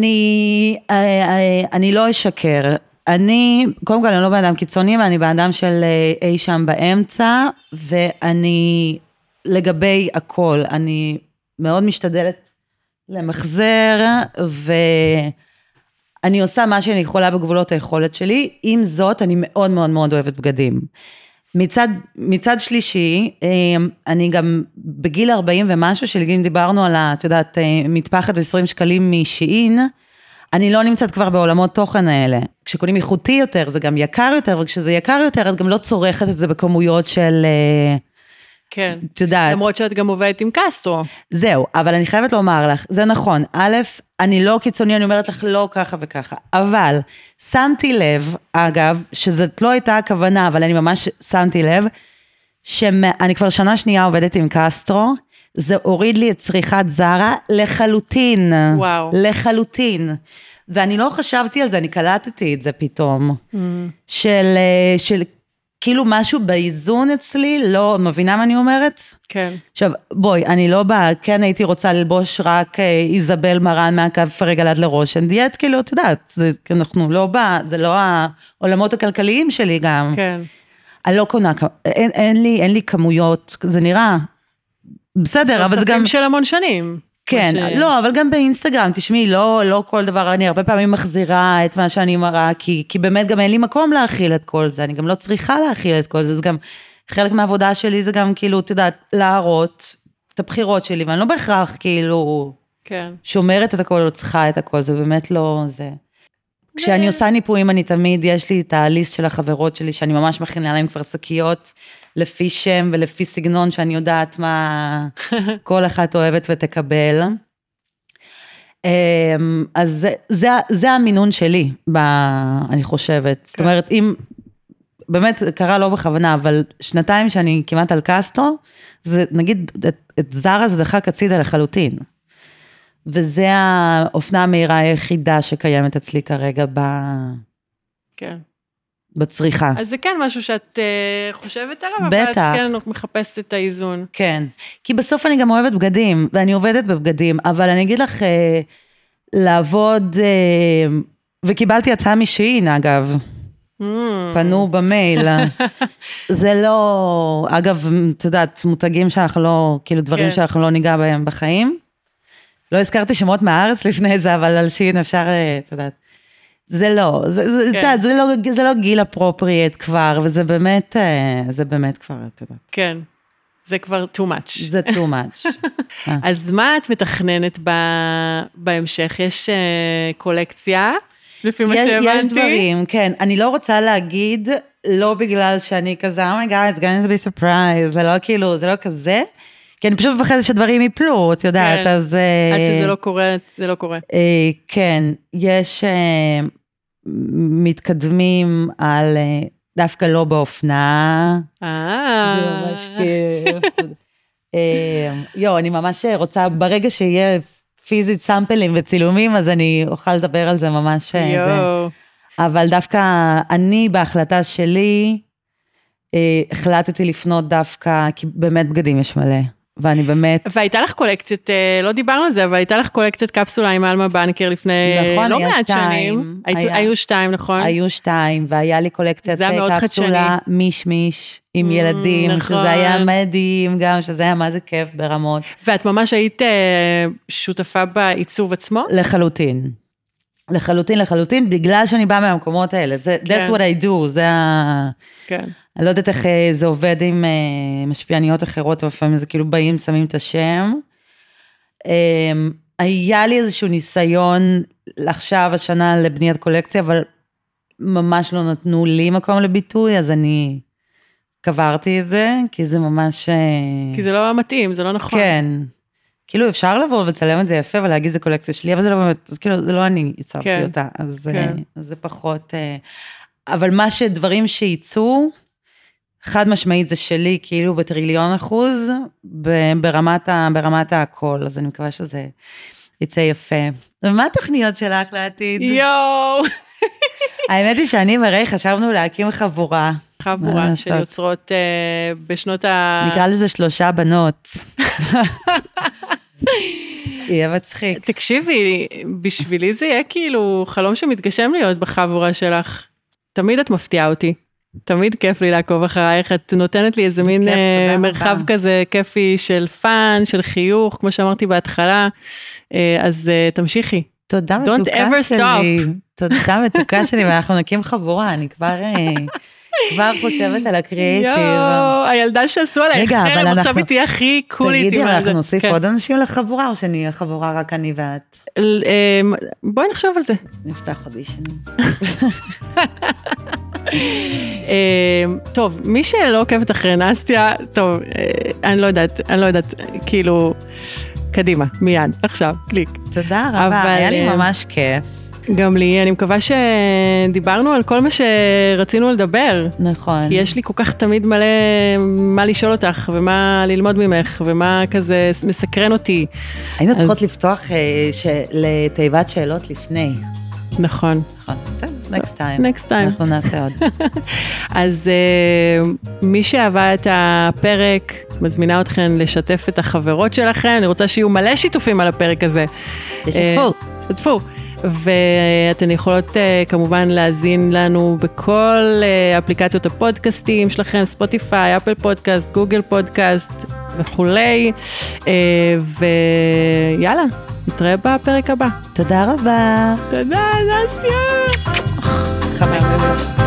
אני לא אשקר. קודם כל, אני לא באדם קיצוני, ואני באדם של אי שם באמצע, ואני, לגבי הכל, אני מאוד משתדלת למחזר, ואני עושה מה שאני יכולה בגבולות היכולת שלי, עם זאת, אני מאוד מאוד מאוד אוהבת בגדים. מצד שלישי, אני גם בגיל 40 ומשהו, שלגים דיברנו על, את יודעת, מטפחת ו20 שקלים משעין, אני לא נמצאת כבר בעולמות תוכן האלה. כשקונים איכותי יותר, זה גם יקר יותר, וכשזה יקר יותר, את גם לא צורכת את זה בכמויות של... כן. את יודעת. למרות שאת גם עובדת עם קסטרו. זהו, אבל אני חייבת לומר לך, זה נכון, א', אני לא קיצוני, אני אומרת לך לא ככה וככה, אבל שמתי לב, אגב, שזאת לא הייתה הכוונה, אבל אני ממש שמתי לב, שאני כבר שנה שנייה עובדת עם קסטרו, זה הוריד לי את צריכת זרה לחלוטין. וואו. לחלוטין. ואני לא חשבתי על זה, אני קלטתי את זה פתאום. של כאילו משהו באיזון אצלי, לא, מבינה מה אני אומרת? כן. עכשיו, בואי, אני לא באה, כן הייתי רוצה ללבוש רק איזבל מרן מהכף רגל עד לראש, אין דיאט, כאילו, את יודעת, אנחנו לא באה, זה לא העולמות הכלכליים שלי גם. כן. אני לא קונה, אין לי כמויות, זה נראה... בסדר, אבל זה גם... של המון שנים. כן, לא, אבל גם באינסטגרם, תשמעי, לא כל דבר, אני הרבה פעמים מחזירה את מה שאני מראה, כי באמת גם אין לי מקום להכיל את כל זה, אני גם לא צריכה להכיל את כל זה, זה גם, חלק מהעבודה שלי זה גם כאילו, את יודעת, להראות את הבחירות שלי, ואני לא בהכרח כאילו, שומרת את הכל, או צריכה את הכל, זה באמת לא זה. כשאני עושה ניפויים, אני תמיד, יש לי את הליסט של החברות שלי, שאני ממש מכינה להם כבר שקיות, לפי שם ולפי סגנון, שאני יודעת מה כל אחת אוהבת ותקבל. אז זה המינון שלי, אני חושבת. זאת אומרת, אם, באמת קרה לא בכוונה, אבל שנתיים שאני כמעט על קסטרו, זה נגיד, את זרה זה דחק הצידה לחלוטין. וזה האופנה המהירה היחידה שקיימת אצלי כרגע בצריכה. אז זה כן משהו שאת חושבת עליו, בטח. אבל את כן מחפשת את האיזון. כן, כי בסוף אני גם אוהבת בגדים, ואני עובדת בבגדים, אבל אני אגיד לך, לעבוד, וקיבלתי הצעה משעין אגב, פנו במייל, זה לא, אגב, את יודעת, מותגים שאנחנו לא, כאילו דברים שאנחנו לא ניגע בהם בחיים, לא הזכרתי שמות מהארץ לפני זה, אבל על שעין אפשר, את יודעת, זה לא, זה לא גיל אפרופריאט כבר, וזה באמת, כבר, את יודעת. כן, זה כבר too much. זה too much. אז מה את מתכננת בהמשך? יש קולקציה, לפי מה שהבנתי? יש דברים, כן. אני לא רוצה להגיד, לא בגלל שאני כזה, oh my God, it's going to be surprise, זה לא כאילו, זה לא כזה, כי אני פשוט מפחדת שדברים ייפלו, את יודעת, אז... עד שזה לא קורה, זה לא קורה. כן, יש מתקדמים על דווקא לא באופנה, שזה ממש כיף. אני ממש רוצה, ברגע שיהיה פיזית סמפלים וצילומים, אז אני אוכל לדבר על זה ממש. אבל דווקא אני בהחלטה שלי, החלטתי לפנות דווקא, כי באמת בגדים יש מלא. ואני באמת... והייתה לך קולקציית, לא דיברנו על זה, אבל הייתה לך קולקציית קפסולה עם אלמה בנקר לפני לא מעט שנים. היו 2, נכון? היו 2, והיה לי קולקציית קפסולה מיש עם ילדים, שזה היה מדהים גם, שזה היה מה זה כיף ברמות. ואת ממש היית שותפה בעיצוב עצמו? לחלוטין, בגלל שאני באה מהמקומות האלה, that's what I do, זה כן. אני לא יודעת איך זה עובד עם משפיעניות אחרות, לפעמים זה כאילו באים, שמים את השם. היה לי איזשהו ניסיון עכשיו השנה לבניית קולקציה, אבל ממש לא נתנו לי מקום לביטוי, אז אני קברתי את זה, כי זה ממש... כי זה לא מתאים, זה לא נכון. כן. כאילו אפשר לבוא ולצלם את זה יפה, ולהגיד זה קולקציה שלי, אבל זה לא באמת, אז כאילו זה לא אני הצבתי כן. אותה, אז זה פחות... אבל מה שדברים שייצאו, חד משמעית זה שלי, כאילו ב1,000,000,000%, ברמת הכל, אז אני מקווה שזה יצא יפה. ומה התוכניות שלך לעתיד? יואו! האמת היא שאני וריי חשבנו להקים חבורה. חבורה של יוצרות בשנות נקרא לזה 3 בנות. יהיה מצחיק. תקשיבי, בשבילי זה יהיה כאילו חלום שמתגשם להיות בחבורה שלך. תמיד את מפתיעה אותי. תמיד כיף לי לעקוב אחרייך, את נותנת לי איזה מין מרחב כזה כיפי של פאן, של חיוך, כמו שאמרתי בהתחלה, אז תמשיכי. תודה מתוקה שלי, תודה מתוקה שלי, ואנחנו נקים חבורה, אני כבר חושבת על הקריאייטיב. יואו, הילדה שעשו עליי חרם, עכשיו היא תהיה הכי קולית. תגידי, אנחנו נוסיף עוד אנשים לחבורה, או שנהיה חבורה רק אני ואת? בואי נחשוב על זה. נפתח אודישנים. טוב, מי שלא עוקבת אחרי נסטיה, טוב, אני לא יודעת, כאילו, קדימה, מיד, עכשיו, קליק. תודה רבה, היה לי ממש כיף. גם לי, אני מקווה שדיברנו על כל מה שרצינו לדבר. נכון. כי יש לי כל כך תמיד מלא מה לשאול אותך, ומה ללמוד ממך, ומה כזה מסקרן אותי. היינו צריכות לפתוח לתיבת שאלות לפני. נכון. בסדר, next time. next time. אנחנו נעשה עוד. אז מי שאהבה את הפרק, מזמינה אתכן לשתף את החברות שלכן, אני רוצה שיהיו מלא שיתופים על הפרק הזה. שתפו. ואתן יכולות כמובן להזין לנו בכל אפליקציות הפודקאסטים שלכם, ספוטיפיי, אפל פודקאסט, גוגל פודקאסט וכולי, ויאללה, נתראה בפרק הבא. תודה רבה. תודה, נסיה. חמש.